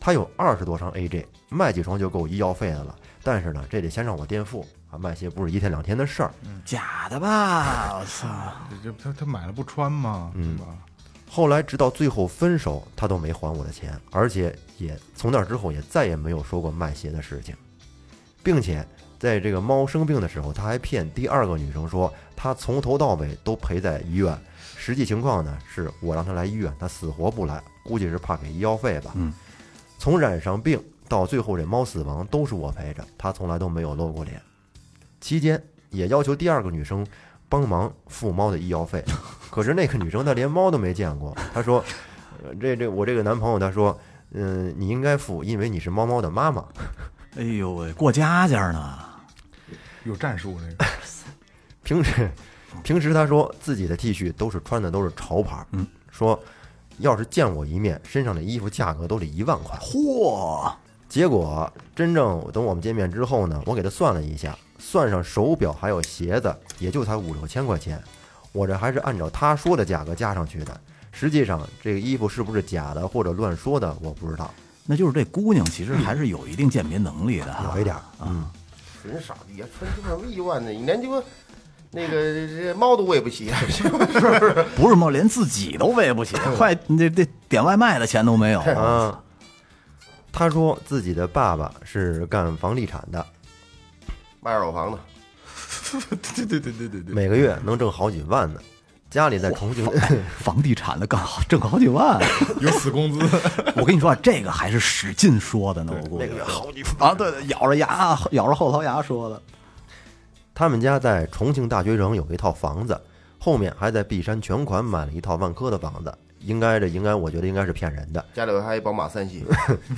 他有二十多双 A J， 卖几双就够医药费的了。但是呢，这得先让我垫付啊，卖鞋不是一天两天的事儿。 假的吧？我操！ 这他他买了不穿吗？ 嗯是吧？ 后来直到最后分手，他都没还我的钱，而且也从那之后也再也没有说过卖鞋的事情，并且在这个猫生病的时候，他还骗第二个女生说他从头到尾都陪在医院。实际情况呢，是我让他来医院，他死活不来，估计是怕给医药费吧。 嗯， 从染上病到最后这猫死亡都是我陪着，他从来都没有露过脸。期间也要求第二个女生帮忙付猫的医药费，可是那个女生她连猫都没见过，她说：“呃、这这我这个男朋友，他说，嗯、呃，你应该付，因为你是猫猫的妈妈。” 哎呦喂，过家家呢， 有战术这个。 平时平时他说自己的 T 恤都是穿的都是潮牌，嗯，说要是见我一面，身上的衣服价格都得一万块。 嚯！ 结果真正等我们见面之后呢，我给他算了一下，算上手表还有鞋子，也就才五六千块钱。我这还是按照他说的价格加上去的。实际上这个衣服是不是假的或者乱说的，我不知道。 那就是这姑娘其实还是有一定鉴别能力的哈， 有一点，嗯， 人傻逼啊，穿这么一万的，你连这个那个这猫都喂不起， 不是猫，连自己都喂不起，快，你这这点外卖的钱都没有啊。他说自己的爸爸是干房地产的， 卖二手房的， 对对对对对对， 每个月能挣好几万呢。家里在重庆， 房地产的干好挣好几万， 有死工资。 我跟你说啊，这个还是使劲说的呢，我估计那个月好几万啊，对对，咬着牙咬着后槽牙说的。 他们家在重庆大学城有一套房子，后面还在璧山全款买了一套万科的房子。应该这应该，我觉得应该是骗人的。 家里还有一宝马三系，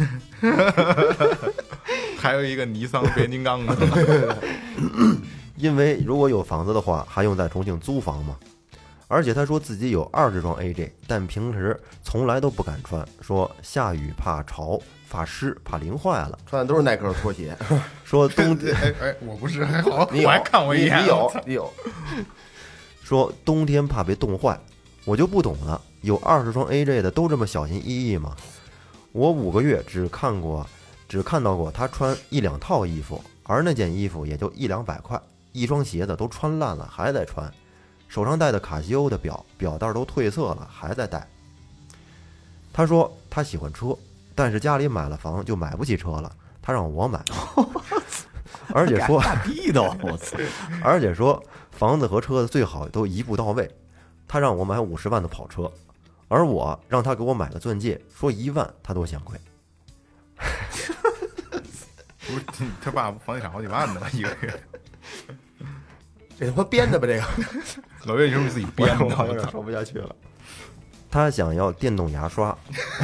还有一个尼桑变形金刚的。 因为如果有房子的话，还用在重庆租房吗？而且他说自己有二十双 A J， 但平时从来都不敢穿，说下雨怕潮，怕湿，怕淋坏了。 穿的都是耐克拖鞋。 说冬天， 哎哎，我不是还好， 你有我还看过一眼， 你有你有。 说冬天怕被冻坏，我就不懂了。有二十双 A J 的都这么小心翼翼吗？我五个月只看过，只看到过他穿一两套衣服，而那件衣服也就一两百块，一双鞋子都穿烂了还在穿，手上戴的卡西欧的表，表带都褪色了还在戴。他说他喜欢车，但是家里买了房就买不起车了，他让我买，而且说大逼的，我操！ 而且说房子和车子最好都一步到位，他让我买五十万的跑车，而我让他给我买个钻戒，说一万他都嫌贵。 不是他爸房地产好几万呢一个月， 这他妈编的吧？这个老岳，你是不是自己编的？ 我有点说不下去了。他想要电动牙刷，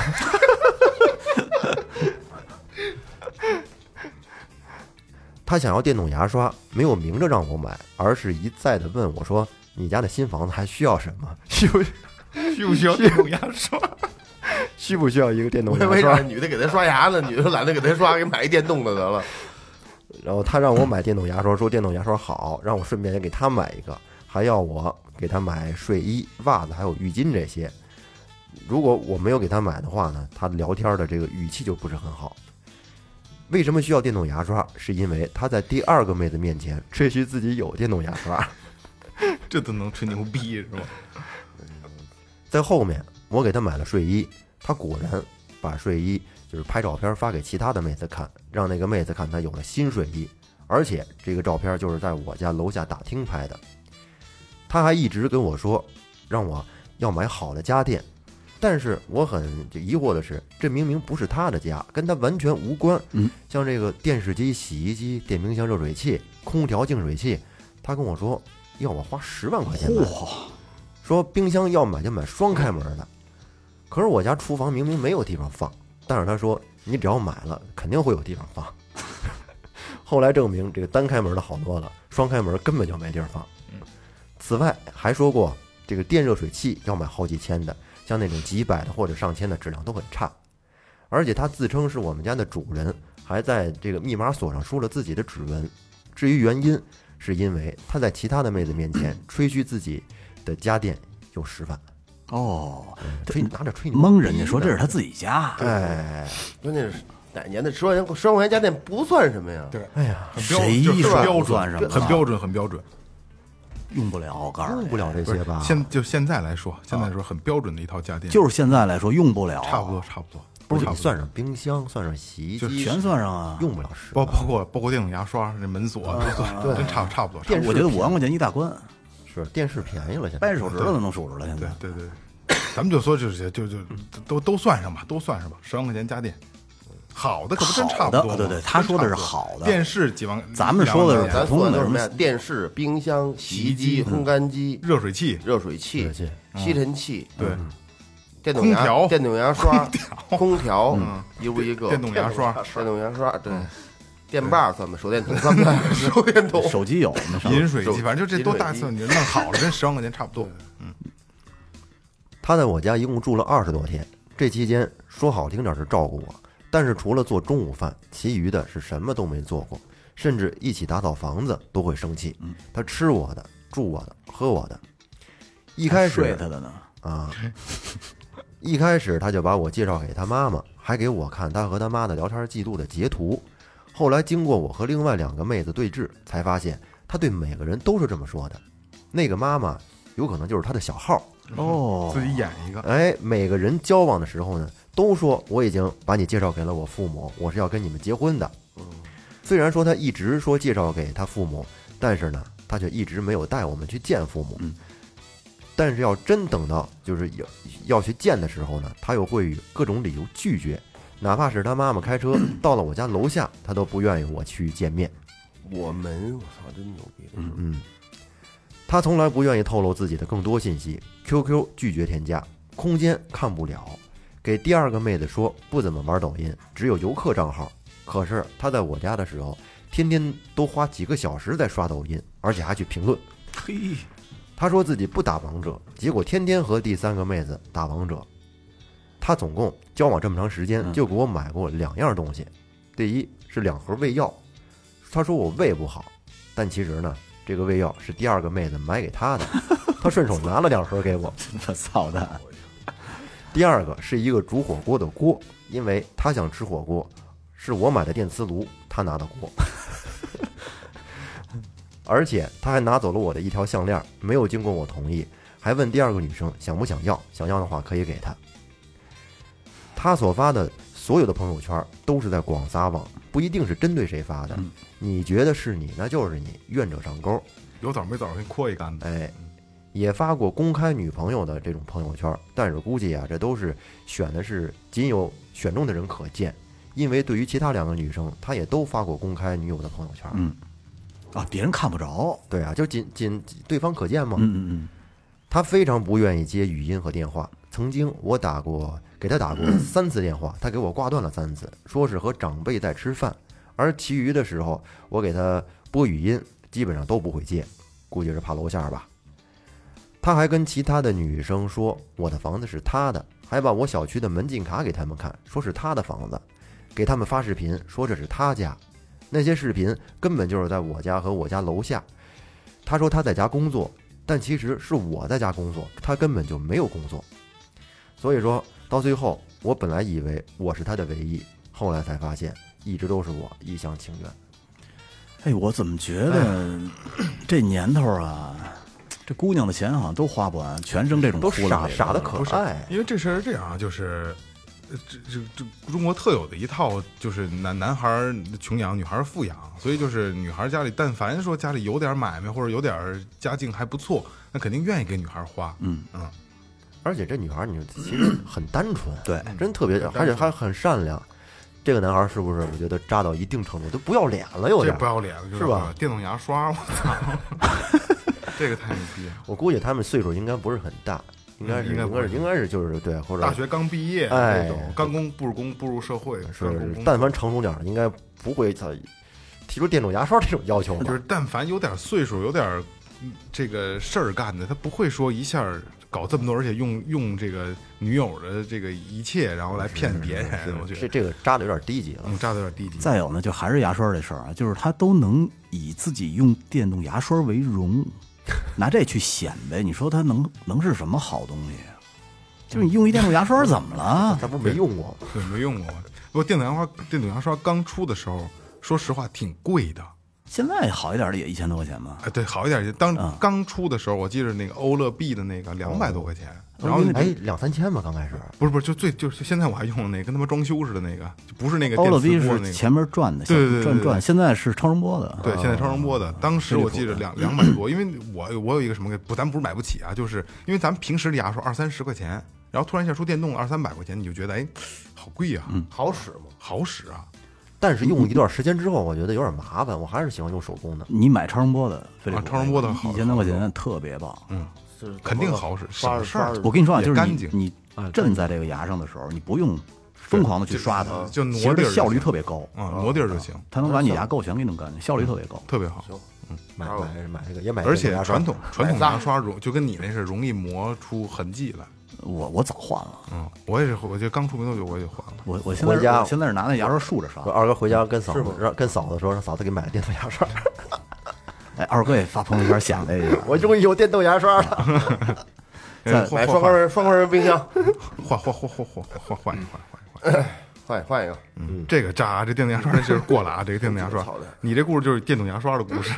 他想要电动牙刷，没有明着让我买，而是一再的问我说：“你家的新房子还需要什么？需不需不需要电动牙刷？ 需不需要一个电动牙我以为刷让女的给他刷牙呢，女的懒得给他刷，给买一电动的得了。？” 然后他让我买电动牙刷，说电动牙刷好，让我顺便也给他买一个，还要我给他买睡衣、袜子还有浴巾这些。如果我没有给他买的话呢，他聊天的这个语气就不是很好。为什么需要电动牙刷？是因为他在第二个妹子面前吹嘘自己有电动牙刷。 这都能吹牛逼是吧？ 在后面我给他买了睡衣，他果然把睡衣就是拍照片发给其他的妹子看，让那个妹子看他有了新睡衣，而且这个照片就是在我家楼下大厅拍的。他还一直跟我说让我要买好的家电，但是我很疑惑的是，这明明不是他的家，跟他完全无关。 嗯， 像这个电视机、洗衣机、电冰箱、热水器、空调、净水器，他跟我说要我花十万块钱买，说冰箱要买就买双开门的。可是我家厨房明明没有地方放，但是他说你只要买了肯定会有地方放。后来证明这个单开门的好多了，双开门根本就没地儿放。此外还说过这个电热水器要买好几千的，像那种几百的或者上千的质量都很差。而且他自称是我们家的主人，还在这个密码锁上输了自己的指纹。至于原因，是因为他在其他的妹子面前吹嘘自己的家电有十万。 哦， 吹拿着吹牛蒙人家说这是他自己家， 哎， 关键是哪年的十万元十万块钱家电不算什么呀？ 对， 哎呀， 很标谁就是说不标准算什么很标准，很标准。 用不了，我告诉你， 用不了这不是些吧？ 现就现在来说，现在来说很标准的一套家电， 就是现在来说用不了， 差不多，差不多。 不是差不多你算上冰箱，算上洗衣机， 全算上啊。 用不了十万。 包包括包括电动牙刷、这门锁，都算真差差不多。差不多我觉得五万块钱一大关， 是电视便宜了，现在掰着手指头都能数出来。现对在对对对，咱们就说就是就就都都算上吧，都算上吧，十万块钱家电，好的可不真差不多吗。 好的对对他说的是好的电视几万， 咱们说的是两万块钱咱说的都是什么呀？电视、冰箱、洗衣机、烘干机、 热水器、 热水器热气、 吸尘器， 对电动牙空调电动牙刷、空调， 嗯一屋一个电动牙刷、 电动牙刷，对，电把算吧，手电筒算不算？手电筒、 手机有那上面饮水机，反正就这都大算，你弄好了跟十万块钱差不多。 他在我家一共住了二十多天，这期间说好听点是照顾我，但是除了做中午饭，其余的是什么都没做过，甚至一起打扫房子都会生气。他吃我的，住我的，喝我的。一开始睡他的呢， 啊，一开始他就把我介绍给他妈妈，还给我看他和他妈的聊天记录的截图。后来经过我和另外两个妹子对峙，才发现他对每个人都是这么说的。那个妈妈有可能就是他的小号。 哦， 自己演一个， 哎，每个人交往的时候呢，都说我已经把你介绍给了我父母，我是要跟你们结婚的。虽然说他一直说介绍给他父母，但是呢，他却一直没有带我们去见父母。但是要真等到就是要要去见的时候呢，他又会以各种理由拒绝，哪怕是他妈妈开车到了我家楼下，他都不愿意我去见面。 我们，我操，真牛逼！ 嗯嗯，他从来不愿意透露自己的更多信息 ，Q Q 拒绝添加，空间看不了，给第二个妹子说不怎么玩抖音，只有游客账号。可是他在我家的时候，天天都花几个小时在刷抖音，而且还去评论。 嘿， 他说自己不打王者，结果天天和第三个妹子打王者。他总共交往这么长时间，就给我买过两样东西，第一是两盒胃药，他说我胃不好，但其实呢，这个胃药是第二个妹子买给他的，他顺手拿了两盒给我。 他操蛋！ 第二个是一个煮火锅的锅，因为他想吃火锅，是我买的电磁炉，他拿的锅。而且他还拿走了我的一条项链，没有经过我同意，还问第二个女生想不想要，想要的话可以给他。他所发的所有的朋友圈都是在广撒网，不一定是针对谁发的，你觉得是你，那就是你，愿者上钩。 有枣没枣给你扩一竿子。 哎，也发过公开女朋友的这种朋友圈，但是估计啊，这都是选的是仅有选中的人可见，因为对于其他两个女生，他也都发过公开女友的朋友圈。 嗯，啊，别人看不着。 对啊，就仅仅对方可见嘛。 嗯嗯嗯， 他非常不愿意接语音和电话。曾经我打过给他打过三次电话，他给我挂断了三次，说是和长辈在吃饭，而其余的时候我给他拨语音，基本上都不会接，估计是怕露馅吧。他还跟其他的女生说我的房子是他的，还把我小区的门禁卡给他们看，说是他的房子，给他们发视频说这是他家，那些视频根本就是在我家和我家楼下。他说他在家工作，但其实是我在家工作，他根本就没有工作。所以说到最后，我本来以为我是他的唯一，后来才发现一直都是我一厢情愿。 哎，我怎么觉得这年头啊，这姑娘的钱好像都花不完，全扔这种都傻窟窿里了傻的可不是爱， 因为这事儿是这样啊，就是呃这这这中国特有的一套，就是男男孩儿穷养，女孩儿富养，所以就是女孩儿家里但凡说家里有点买卖或者有点家境还不错，那肯定愿意给女孩儿花。 嗯嗯， 而且这女孩你其实很单纯， 对， 真特别，而且还很善良。这个男孩是不是？我觉得渣到一定程度都不要脸了，有点这不要脸了，就是吧？ 电动牙刷，我操，这个太牛逼了！ 我估计他们岁数应该不是很大，应该是应该应该是应该是就是对，或者大学刚毕业哎那种，刚工步入工步入社会， 是刚工工但凡成熟点儿，应该不会操提出电动牙刷这种要求吧？ 就是但凡有点岁数，有点嗯这个事儿干的，他不会说一下搞这么多，而且用用这个女友的这个一切，然后来骗别人。我觉得这这个扎的有点低级了。 嗯，扎的有点低级。 再有呢，就还是牙刷这事儿啊，就是他都能以自己用电动牙刷为荣，拿这去显摆，你说他能能是什么好东西啊？ 就是你用一电动牙刷怎么了？ 咱不是没用过吗？ 对，没用过。不过电动牙刷，电动牙刷刚出的时候，说实话挺贵的。 现在好一点的也一千多块钱吧。 哎，对，好一点。当嗯刚出的时候，我记得那个欧乐 B 的那个两百多块钱，然后哎，两三千吧，刚开始。 不是不是，就最就是现在我还用的那个跟他妈装修似的那个，就不是那个欧乐电 B 磁波那个。 是前面转的， 对对对对对转转，现在是超声波的。 对，现在超声波的，当时我记得两两百多，因为我我有一个什么不，咱不是买不起啊，就是因为咱们平时的牙刷二三十块钱，然后突然一下出电动二三百块钱，你就觉得哎，好贵呀， 好使吗？ 好使啊。 但是用一段时间之后，我觉得有点麻烦，我还是喜欢用手工的。 你买超声波的，飞利浦啊超声波的好一千多块钱特别棒。 嗯， 是肯定好使， 刷省事儿。 我跟你说啊，就是你也干净你震在这个牙上的时候，你不用疯狂的去刷它， 就挪其实地儿就它效率行特别高， 啊，挪地儿就行， 它能把你牙垢全给弄干净，效率特别高。 特别好。 买买买这个也买， 而且牙刷传统传统牙刷容就跟你那是容易磨出痕迹来。 我我早换了， 嗯，我也是，我觉得刚出没多久我也换了。 我我现在回家我现在是拿那牙刷竖着刷我。二哥回家跟嫂子让跟嫂子说，让嫂子给买电动牙刷。 哎，二哥也发朋友圈显摆一下， 我终于有电动牙刷了。 哎买双块人双块人冰箱， 换换换换换换换一换换一换。 换换一个。 嗯，这个渣，这电动牙刷真是过了啊！这个电动牙刷操的， 你这故事就是电动牙刷的故事。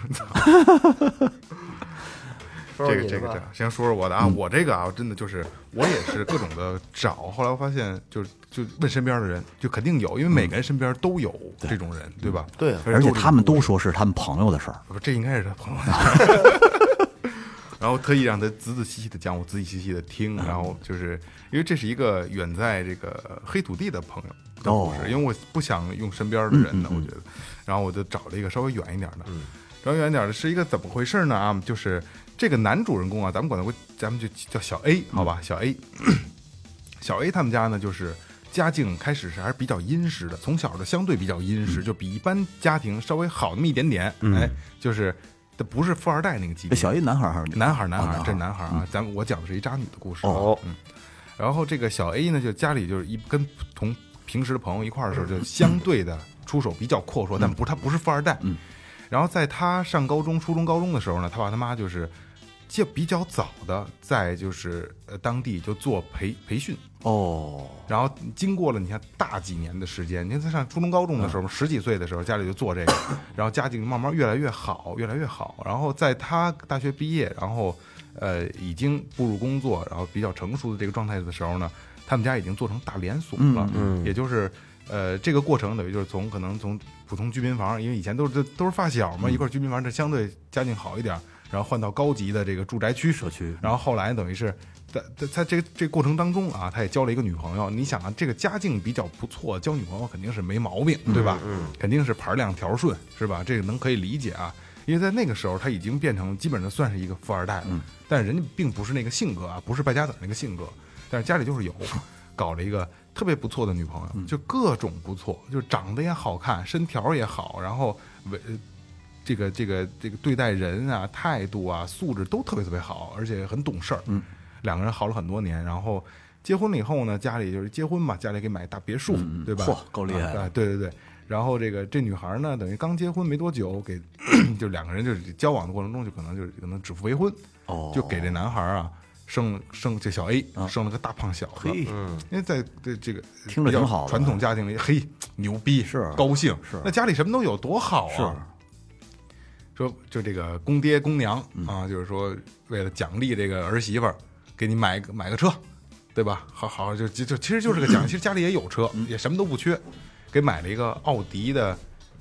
这个这个这个，先说说我的啊，我这个啊，真的就是我也是各种的找，后来我发现就就问身边的人，就肯定有，因为每个人身边都有这种人，对吧？ 对啊而且他们都说说是他们朋友的事儿。 不，这应该是他朋友的事儿。然后特意让他仔仔细细的讲，我仔仔细细的听，然后就是因为这是一个远在这个黑土地的朋友的故事，因为我不想用身边的人呢，我觉得，然后我就找了一个稍微远一点的，稍微远一点的是一个怎么回事呢？啊，就是这个男主人公啊，咱们管他咱们就叫小 A 好吧，小 A， 小 A 他们家呢就是家境开始是还是比较殷实的，从小的相对比较殷实，就比一般家庭稍微好那么一点点，哎，就是不是富二代那个级别。 这小 A 男孩还是女孩？ 男孩，男孩， 哦这男孩啊，咱我讲的是一渣女的故事哦， 嗯，然后这个小 A 呢，就家里就是一跟同平时的朋友一块儿的时候，就相对的出手比较阔绰，但不，他不是富二代，嗯，然后在他上高中、初中、高中的时候呢，他爸他妈就是就比较早的在就是呃当地就做培培训。 哦， 然后经过了你看大几年的时间，你看他上初中高中的时候，十几岁的时候家里就做这个，然后家境慢慢越来越好，越来越好。然后在他大学毕业，然后呃已经步入工作，然后比较成熟的这个状态的时候呢，他们家已经做成大连锁了， 嗯嗯也就是呃这个过程等于就是从可能从普通居民房，因为以前都是都是发小嘛，一块居民房，这相对家境好一点，然后换到高级的这个住宅区社区， 然后后来等于是。在在在这这过程当中啊，他也交了一个女朋友。你想啊，这个家境比较不错，交女朋友肯定是没毛病，对吧？嗯，肯定是盘量条顺，是吧？这个能可以理解啊。因为在那个时候，他已经变成基本上算是一个富二代了，嗯、但是人家并不是那个性格啊，不是败家子那个性格，但是家里就是有，搞了一个特别不错的女朋友，就各种不错，就长得也好看，身条也好，然后为这个这个这个对待人啊、态度啊、素质都特别特别好，而且很懂事儿，嗯。两个人好了很多年，然后结婚了以后呢，家里就是结婚嘛，家里给买大别墅，嗯、对吧？ 嚯，够厉害啊！对对对。然后这个这女孩呢，等于刚结婚没多久，给就两个人就是交往的过程中，就可能就是可能指腹为婚， 哦， 就给这男孩啊生生这小 A、啊、生了个大胖小子，嗯，因为在这这个听着挺好， 传统家庭里，嘿，牛逼是高兴是， 那家里什么都有，多好啊！ 是。 说就这个公爹公娘啊，就是说为了奖励这个儿媳妇儿。给你买个买个车，对吧？好好就就其实就是个奖，其实家里也有车，也什么都不缺，给买了一个奥迪的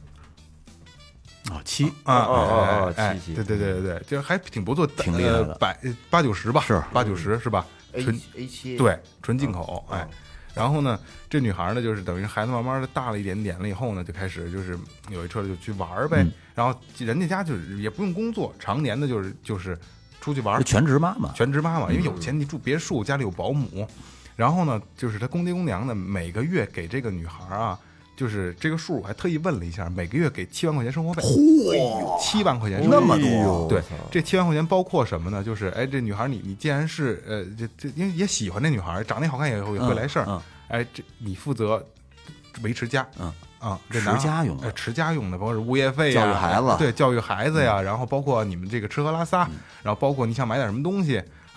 啊七啊哦哦哎七七， 对对对对对，就还挺不错， 挺厉害的， 百八九十吧， 是八九十是吧？纯 A 七对，纯进口，哎。然后呢，这女孩呢，就是等于孩子慢慢的大了一点点了以后呢，就开始就是有一车就去玩呗。然后人家家就是也不用工作，常年的就是就是。出去玩， 全职妈妈， 全职妈妈，因为有钱，你住别墅，家里有保姆。然后呢，就是他公爹公娘呢，每个月给这个女孩啊，就是这个数，我还特意问了一下，每个月给七万块钱生活费。嚯，七万块钱那么多？ 对，这七万块钱包括什么呢？就是哎，这女孩你你既然是呃，这这因为也喜欢这女孩，长得也好看也会也会来事儿。 嗯嗯、 哎，这你负责维持家。 嗯。 啊， 持家用的， 持家用的，包括是物业费呀，教育孩子， 对，教育孩子呀，然后包括你们这个吃喝拉撒，然后包括你想买点什么东西，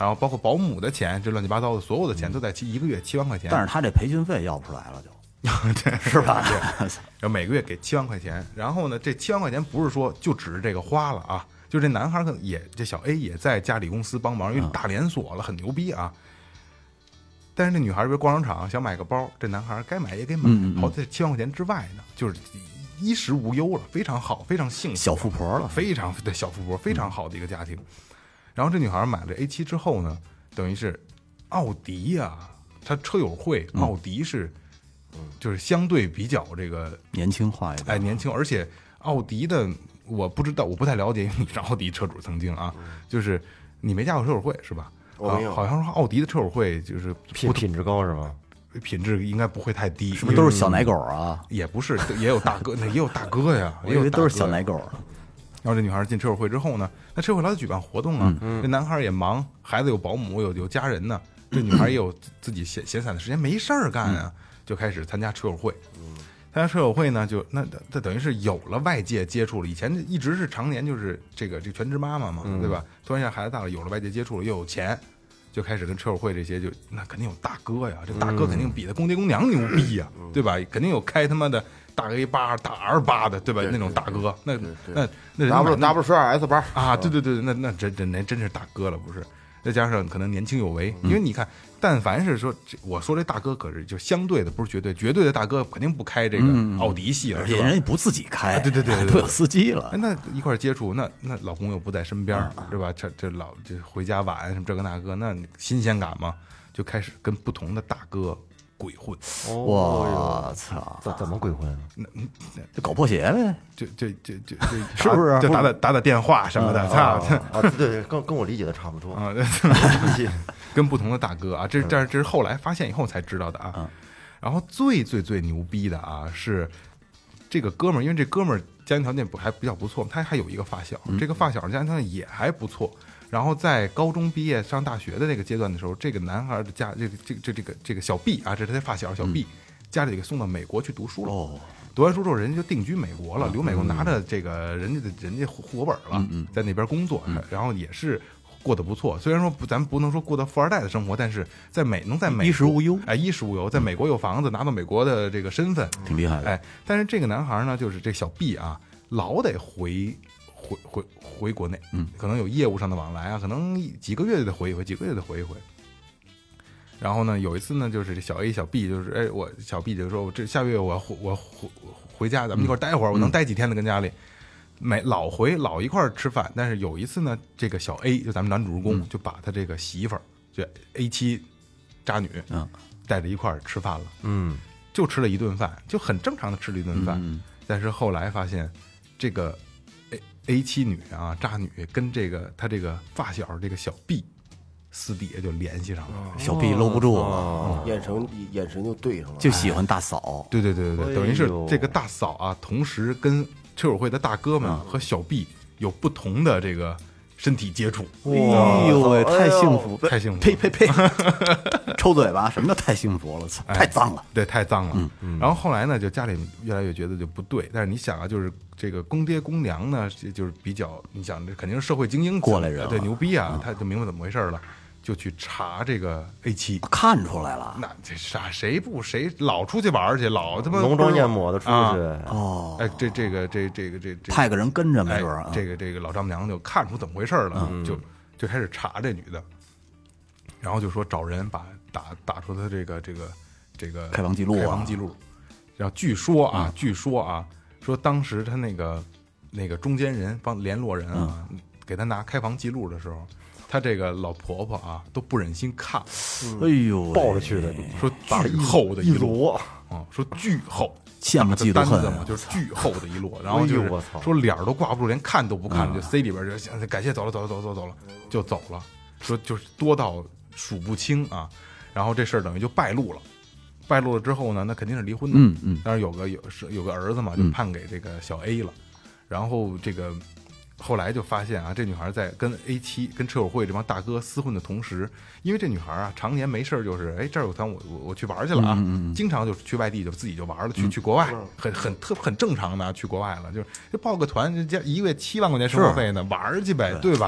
然后包括保姆的钱，这乱七八糟的所有的钱都在七一个月七万块钱。 但是他这培训费要不出来了就， 对， 是吧？ 然后每个月给七万块钱，然后呢，这七万块钱不是说就指着这个花了啊，就这男孩可能也这小 A 也在家里公司帮忙，因为大连锁了，很牛逼啊。但是这女孩比如逛商场想买个包，这男孩该买也给买， 嗯嗯嗯好在七万块钱之外呢，就是衣食无忧了，非常好，非常幸福， 小富婆了， 非常的小富婆，非常好的一个家庭。然后这女孩买了 A 七之后呢，等于是奥迪呀、啊，她车友会，奥迪是，就是相对比较这个年轻化一点， 哎年轻，而且奥迪的我不知道，我不太了解，因为你是奥迪车主曾经啊，就是你没加过车友会是吧？ 我没有啊，好像说奥迪的车友会就是品品质高是吗？ 品质应该不会太低， 是不是都是小奶狗啊？ 也不是，也有大哥，那也有大哥呀， 我以为都是小奶。 奶狗。 然后这女孩进车友会之后呢，那车友会老得举办活动啊， 嗯这男孩也忙，孩子有保姆，有有家人呢，这女孩也有自己闲闲散的时间，没事儿干啊，就开始参加车友会。参加车友会呢，就那这等于是有了外界接触了。以前一直是常年就是这个这个全职妈妈嘛，对吧？突然一下孩子大了，有了外界接触了，又有钱，就开始跟车友会这些就那肯定有大哥呀，这大哥肯定比他公爹公娘牛逼呀，对吧？肯定有开他妈的大 A 八、大 R 八的，对吧？那种大哥，那那那 W W 十二 S 八啊，对对对，那那真真那真是大哥了，不是？再加上可能年轻有为，因为你看，但凡是说这我说这大哥可是就相对的，不是绝对，绝对的大哥肯定不开这个奥迪系了， 而是吧？ 且人家不自己开， 对对对对对都有司机了哎，。那一块儿接触，那那老公又不在身边，是吧？这这老这回家晚什么这个那个，那新鲜感嘛，就开始跟不同的大哥鬼混， 我操， 怎怎么鬼混啊？ 就搞破鞋呗。 就就就就是不是就打打打打电话什么的，操！ 啊，对对，跟跟我理解的差不多。 啊，跟不同的大哥啊，这这这是后来发现以后才知道的啊。然后最最最牛逼的啊是这个哥们儿，因为这哥们儿家庭条件不还比较不错，他还有一个发小，这个发小家庭条件也还不错。然后在高中毕业上大学的那个阶段的时候，这个男孩的家这个这个这这个这个小 B 啊，这是他发小小 B，家里给送到美国去读书了。 哦， 读完书之后，人家就定居美国了，留美国拿着这个人家的人家户户口本了，在那边工作，然后也是过得不错。虽然说不，咱们不能说过得富二代的生活，但是在美能在美衣食无忧， 哎，衣食无忧，在美国有房子，拿到美国的这个身份， 挺厉害的。 哎，但是这个男孩呢，就是这小 B 啊，老得回回回回国内，嗯，可能有业务上的往来啊，可能几个月就得回一回，几个月就得回一回。然后呢，有一次呢，就是这小 A 小 B 就是，哎，我小 B 就说，我这下个月我回我回回家，咱们一块儿待会儿，我能待几天的跟家里。每老回老一块儿吃饭，但是有一次呢，这个小 A 就咱们男主人公、就把他这个媳妇儿，就 A 七渣女， 嗯， 带着一块儿吃饭了， 嗯， 就吃了一顿饭，就很正常的吃了一顿饭。 嗯但是后来发现，这个 A A 七女啊，渣女跟这个他这个发小这个小 B 私底下就联系上了。 小 B 搂不住了， 哦眼神眼神就对上了， 就喜欢大嫂。 对对对对对， 哎呦等于是这个大嫂啊，同时跟车友会的大哥们和小 B 有不同的这个身体接触， 哎呦喂，太幸福， 太幸福了呸呸呸，抽嘴巴！什么叫太幸福了？操，太脏了。 对，太脏了。然后后来呢，就家里越来越觉得就不对。但是你想啊，就是这个公爹公娘呢，就是比较，你想这肯定是社会精英过来人了对，牛逼啊，他就明白怎么回事了，就去查这个 A 七。 看出来了。 那这啥谁不谁老出去玩去，老他妈浓妆艳抹的出啊去， 哦， 哎，这这个这这个这这派个人跟着没哎准儿啊。 这个这个老丈母娘就看出怎么回事了，就就开始查这女的，然后就说找人把打打出她这个这个这个开房记录啊开房记录。然后据说啊，据说啊，说当时他那个那个中间人帮联络人啊，给他拿开房记录的时候，他这个老婆婆啊都不忍心看， 哎呦喂， 抱着去的， 说巨厚的一摞摞， 啊，说巨厚。 羡慕嫉妒恨啊单子嘛，就是巨厚的一摞，然后就是哎呦我操说脸儿都挂不住，连看都不看了，就塞里边儿就感谢走了走了走了走了走了就走了，说就是多到数不清啊，然后这事儿等于就败露了，败露了之后呢，那肯定是离婚的， 嗯嗯， 但是有个有是有个儿子嘛，就判给这个小 A 了，然后这个后来就发现啊，这女孩在跟 A 七跟车友会这帮大哥厮混的同时，因为这女孩啊常年没事儿就是哎这儿有团我我我去玩去了啊，经常就去外地就自己就玩了，去去国外，很很特很正常的、啊、去国外了，就是就报个团，人家一个月七万块钱生活费呢，玩去呗，对吧？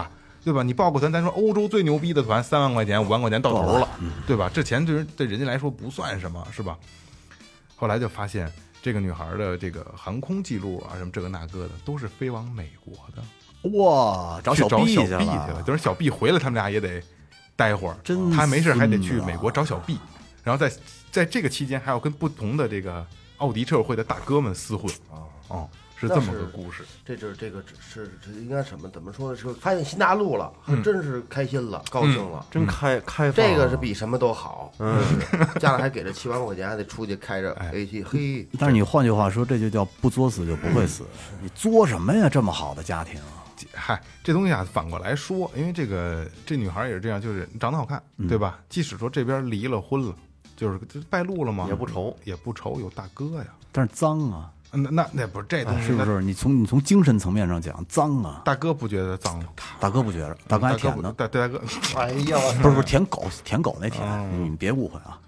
对吧？你报个团，咱说欧洲最牛逼的团，三万块钱、五万块钱到头了，对吧？这钱对人对人家来说不算什么，是吧？后来就发现这个女孩的这个航空记录啊，什么这个那个的，都是飞往美国的。 哇，找小去找 B 小去 B 去了，等小 B 回来，他们俩也得待会儿， 真他没事还得去孙子啊美国找小 B，然后在在这个期间还要跟不同的这个奥迪车友会的大哥们厮混啊哦，是这么个故事。 这这这个是这应该什么？怎么说呢？是发现新大陆了，还真是开心了，高兴了。 真开开放， 这个是比什么都好。嗯，家长还给了七万块钱，还得出去开着 A 七，嘿。 但是你换句话说，这就叫不作死就不会死。你作什么呀？这么好的家庭， 嗨，这东西啊，反过来说，因为这个这女孩也是这样，就是长得好看，对吧？即使说这边离了婚了，就是败露了嘛， 也不愁， 也不愁，有大哥呀。 但是脏啊， 那那那不是这东西， 是不是？你从你从精神层面上讲，脏啊。 大哥不觉得脏吗？ 大哥不觉着，大哥还舔呢。 大大哥， 哎呀， 不是不是舔狗，舔狗那舔，你别误会啊。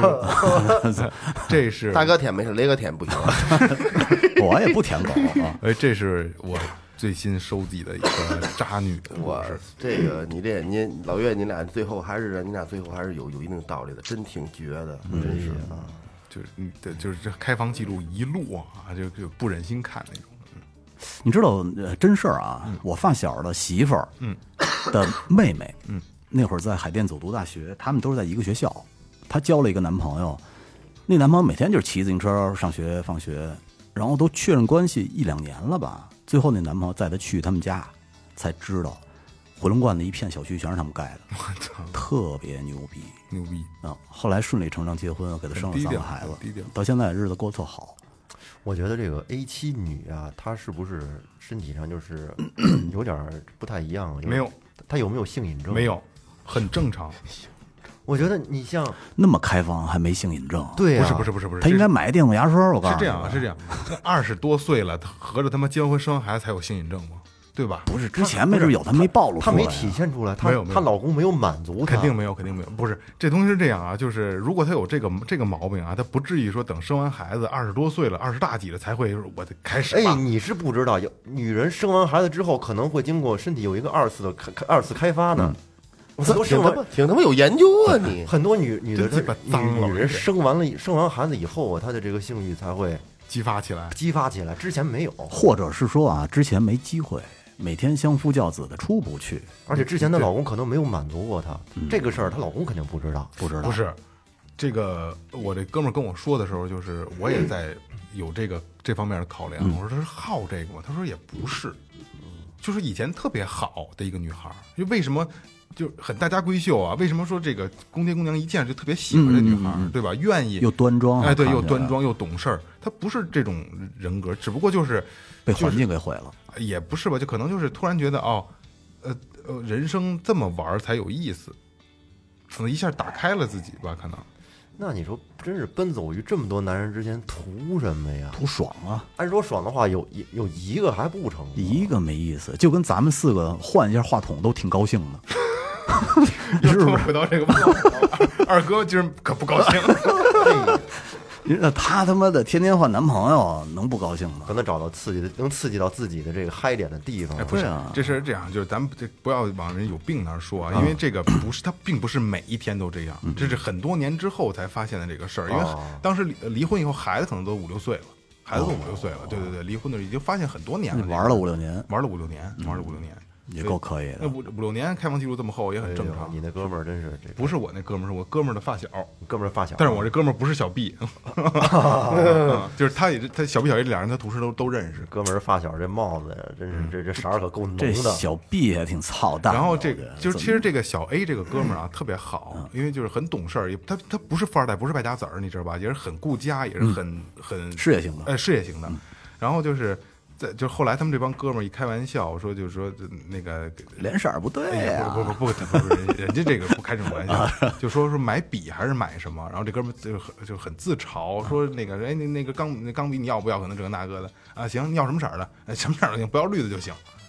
这是大哥舔没事，雷哥舔不行。 我也不舔狗啊。 哎，这是我最新收集的一个渣女的故我事。 这个你这你老岳，你俩最后还是你俩最后还是有有一定道理的，真挺绝的，真是啊。 就是你的就是这开房记录一路啊，就就不忍心看那种。 你知道呃真事儿啊？我发小的媳妇儿， 嗯， 的妹妹， 嗯， 那会儿在海淀走读大学，他们都是在一个学校。她交了一个男朋友，那男朋友每天就是骑自行车上学放学，然后都确认关系一两年了吧。最后那男朋友带她去他们家，才知道回龙观的一片小区全是他们盖的， 我操， 特别牛逼牛逼！ 啊！后来顺理成章结婚，给他生了三个孩子很低调很低调， 到现在日子过得特好。 我觉得这个 A 七女啊，她是不是身体上就是有点儿不太一样？ 没有， 她有没有性瘾症？ 没有，很正常。 我觉得你像那么开放还没性瘾症？ 对呀、 不是不是不是不是， 他应该买电动牙刷。我告诉你， 是这样啊，是这样。那二十多岁了，他合着他妈结婚生孩子才有性瘾症吗？对吧？ 不是之前没准有，他没暴露出来啊， 她没体现出来，她没有没有她老公没有满足她， 肯定没有，肯定没有。不是这东西是这样啊，就是如果他有这个这个毛病啊，他不至于说等生完孩子二十多岁了，二十大几了才会我得开始吧。 哎，你是不知道，有女人生完孩子之后可能会经过身体有一个二次的开开二次开发呢。 嗯我都挺生完他妈挺他妈有研究啊你！ 很多女女的真鸡巴脏了女女人生完了生完孩子以后啊，她的这个性欲才会激发起来。 激发起来，之前没有， 或者是说啊，之前没机会，每天相夫教子的出不去， 而且之前她老公可能没有满足过她，这个事儿她老公肯定不知道。 不知道不是，这个我这哥们儿跟我说的时候，就是我也在有这个这方面的考量。我说他是好这个吗？他说也不是，就是以前特别好的一个女孩儿，就为什么就很大家闺秀啊？为什么说这个宫爹宫娘一见就特别喜欢这女孩儿，对吧？愿意又端庄， 哎，对， 看起来又端庄又懂事儿。她不是这种人格，只不过就是被环境给毁了。 也不是吧，就可能就是突然觉得哦，呃呃，人生这么玩儿才有意思，可能一下打开了自己吧，可能。 那你说，真是奔走于这么多男人之间，图什么呀？ 图爽啊！ 按说爽的话，有有有一个还不成吗？ 一个没意思，就跟咱们四个换一下话筒都挺高兴的。 又他妈回到这个问题了，二哥今儿可不高兴。 那他他妈的天天换男朋友，能不高兴吗？ 可能找到刺激的，能刺激到自己的这个嗨点的地方。 哎，不是对啊， 这事儿这样，就是咱们这不要往人有病那儿说啊，因为这个不是他，并不是每一天都这样，这是很多年之后才发现的这个事儿。因为当时离离婚以后，孩子可能都五六岁了，孩子都五六岁了，对对对，离婚的已经发现很多年了， 玩了五六年， 玩了五六年，玩了五六年。 也够可以的。 那五五六年开房记录这么厚也很正常。 你那哥们儿真是这不是我那哥们儿，是我哥们儿的发小， 哥们儿发小。 但是我这哥们儿不是小 B，就是他也是他小 B 小 A 俩人他同事都都认识。 哥们儿发小这帽子呀，真是这这色儿可够浓这的。 小 B 也挺操蛋的。 然后这个我觉得就是其实这个小 A 这个哥们儿啊特别好，因为就是很懂事儿，也他他不是富二代，不是败家子儿，你知道吧？也是很顾家，也是很很事业型的哎，事业型的。然后就是在就后来他们这帮哥们儿一开玩笑说，就是说那个脸色儿不对哎呀， 呀、 不不不不不，人人家这个不开这种玩笑，就说说买笔还是买什么，然后这哥们就很就很自嘲，说那个哎那那个钢那钢笔你要不要？可能这个那个的啊，行，你要什么色儿的？哎，什么色儿的行，不要绿的就行。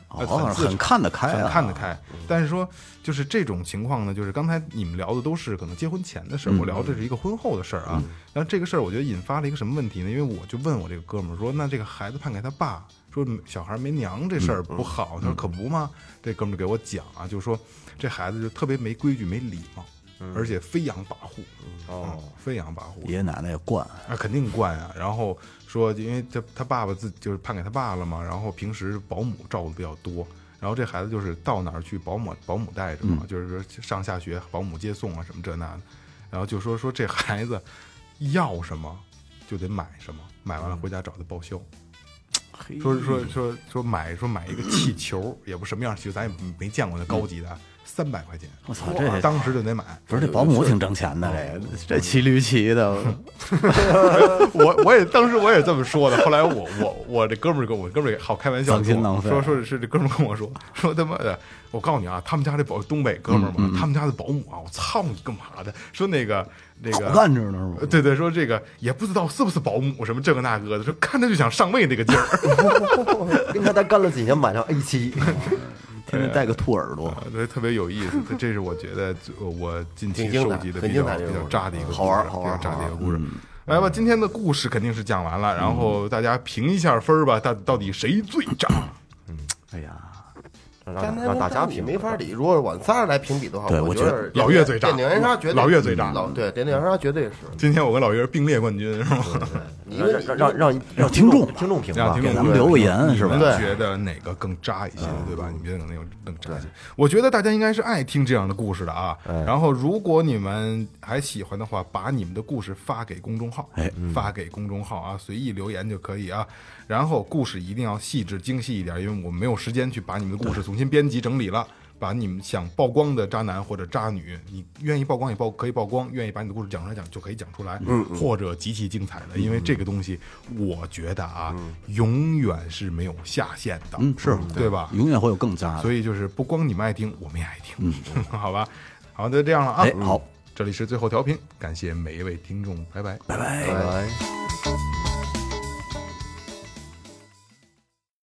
呃哦很自很看得开啊很看得开。但是说就是这种情况呢，就是刚才你们聊的都是可能结婚前的事儿， 嗯我聊的是一个婚后的事儿啊。然后这个事儿我觉得引发了一个什么问题呢？因为我就问我这个哥们儿说，那这个孩子判给他爸，说小孩没娘这事儿不好，他说可不吗？这哥们儿给我讲啊，就说这孩子就特别没规矩、没礼貌，而且飞扬跋扈，哦，飞扬跋扈， 爷爷奶奶也惯， 那肯定惯啊。然后说，因为他他爸爸自就是判给他爸了嘛，然后平时保姆照顾的比较多，然后这孩子就是到哪儿去保姆保姆带着嘛，就是说上下学保姆接送啊什么这那的，然后就说说这孩子要什么就得买什么，买完了回家找他报销。说说说说买说买一个气球，也不什么样的气球，咱也没见过那高级的，三百块钱。 我操，这当时就得买。 不是这保姆挺挣钱的，这这骑驴骑的， 我我也当时我也这么说的，后来我我我这哥们儿跟我哥们儿也好开玩笑脏心浪肺说说是这哥们儿跟我说说他妈的，我告诉你啊，他们家这保东北哥们儿嘛，他们家的保姆啊，我操你干嘛的？说那个那个苦干着呢是吧？ 对对，说这个也不知道是不是保姆什么这个那个的，说看着就想上位那个劲儿。 跟他他干了几年买辆 A 七， 天天带个兔耳朵， 对，特别有意思。这是我觉得我近期挺精彩收集的比较很精彩这个比较渣的一个故事好玩好玩比较渣的一个好玩故事。来吧，今天的故事肯定是讲完了，然后大家评一下分儿吧，到到底谁最渣？ 哎呀， 让刚才让大家比评没法比。如果我们仨人来评比的话， 对我觉我得得老岳最渣电顶原杀绝对老岳最渣老对电顶原杀绝对是。 今天我跟老岳并列冠军，是吗？ 因为让让让让听众听众评吧让听，众给咱们留个言是吧你们对觉得哪个更渣一些，对吧？你们觉得哪个更渣一些？我觉得大家应该是爱听这样的故事的啊。然后，如果你们还喜欢的话，把你们的故事发给公众号， 哎， 发给公众号啊，随意留言就可以啊。然后故事一定要细致精细一点，因为我们没有时间去把你们的故事重新编辑整理了。把你们想曝光的渣男或者渣女，你愿意曝光也曝可以曝光，愿意把你的故事讲出来讲就可以讲出来，嗯，或者极其精彩的，因为这个东西，我觉得啊，永远是没有下限的， 嗯，是对吧？ 永远会有更渣的。 所以就是不光你们爱听，我们也爱听，嗯，好吧，好的，这样了啊， 哎，好， 这里是最后调频，感谢每一位听众，拜拜， 拜拜。 拜拜。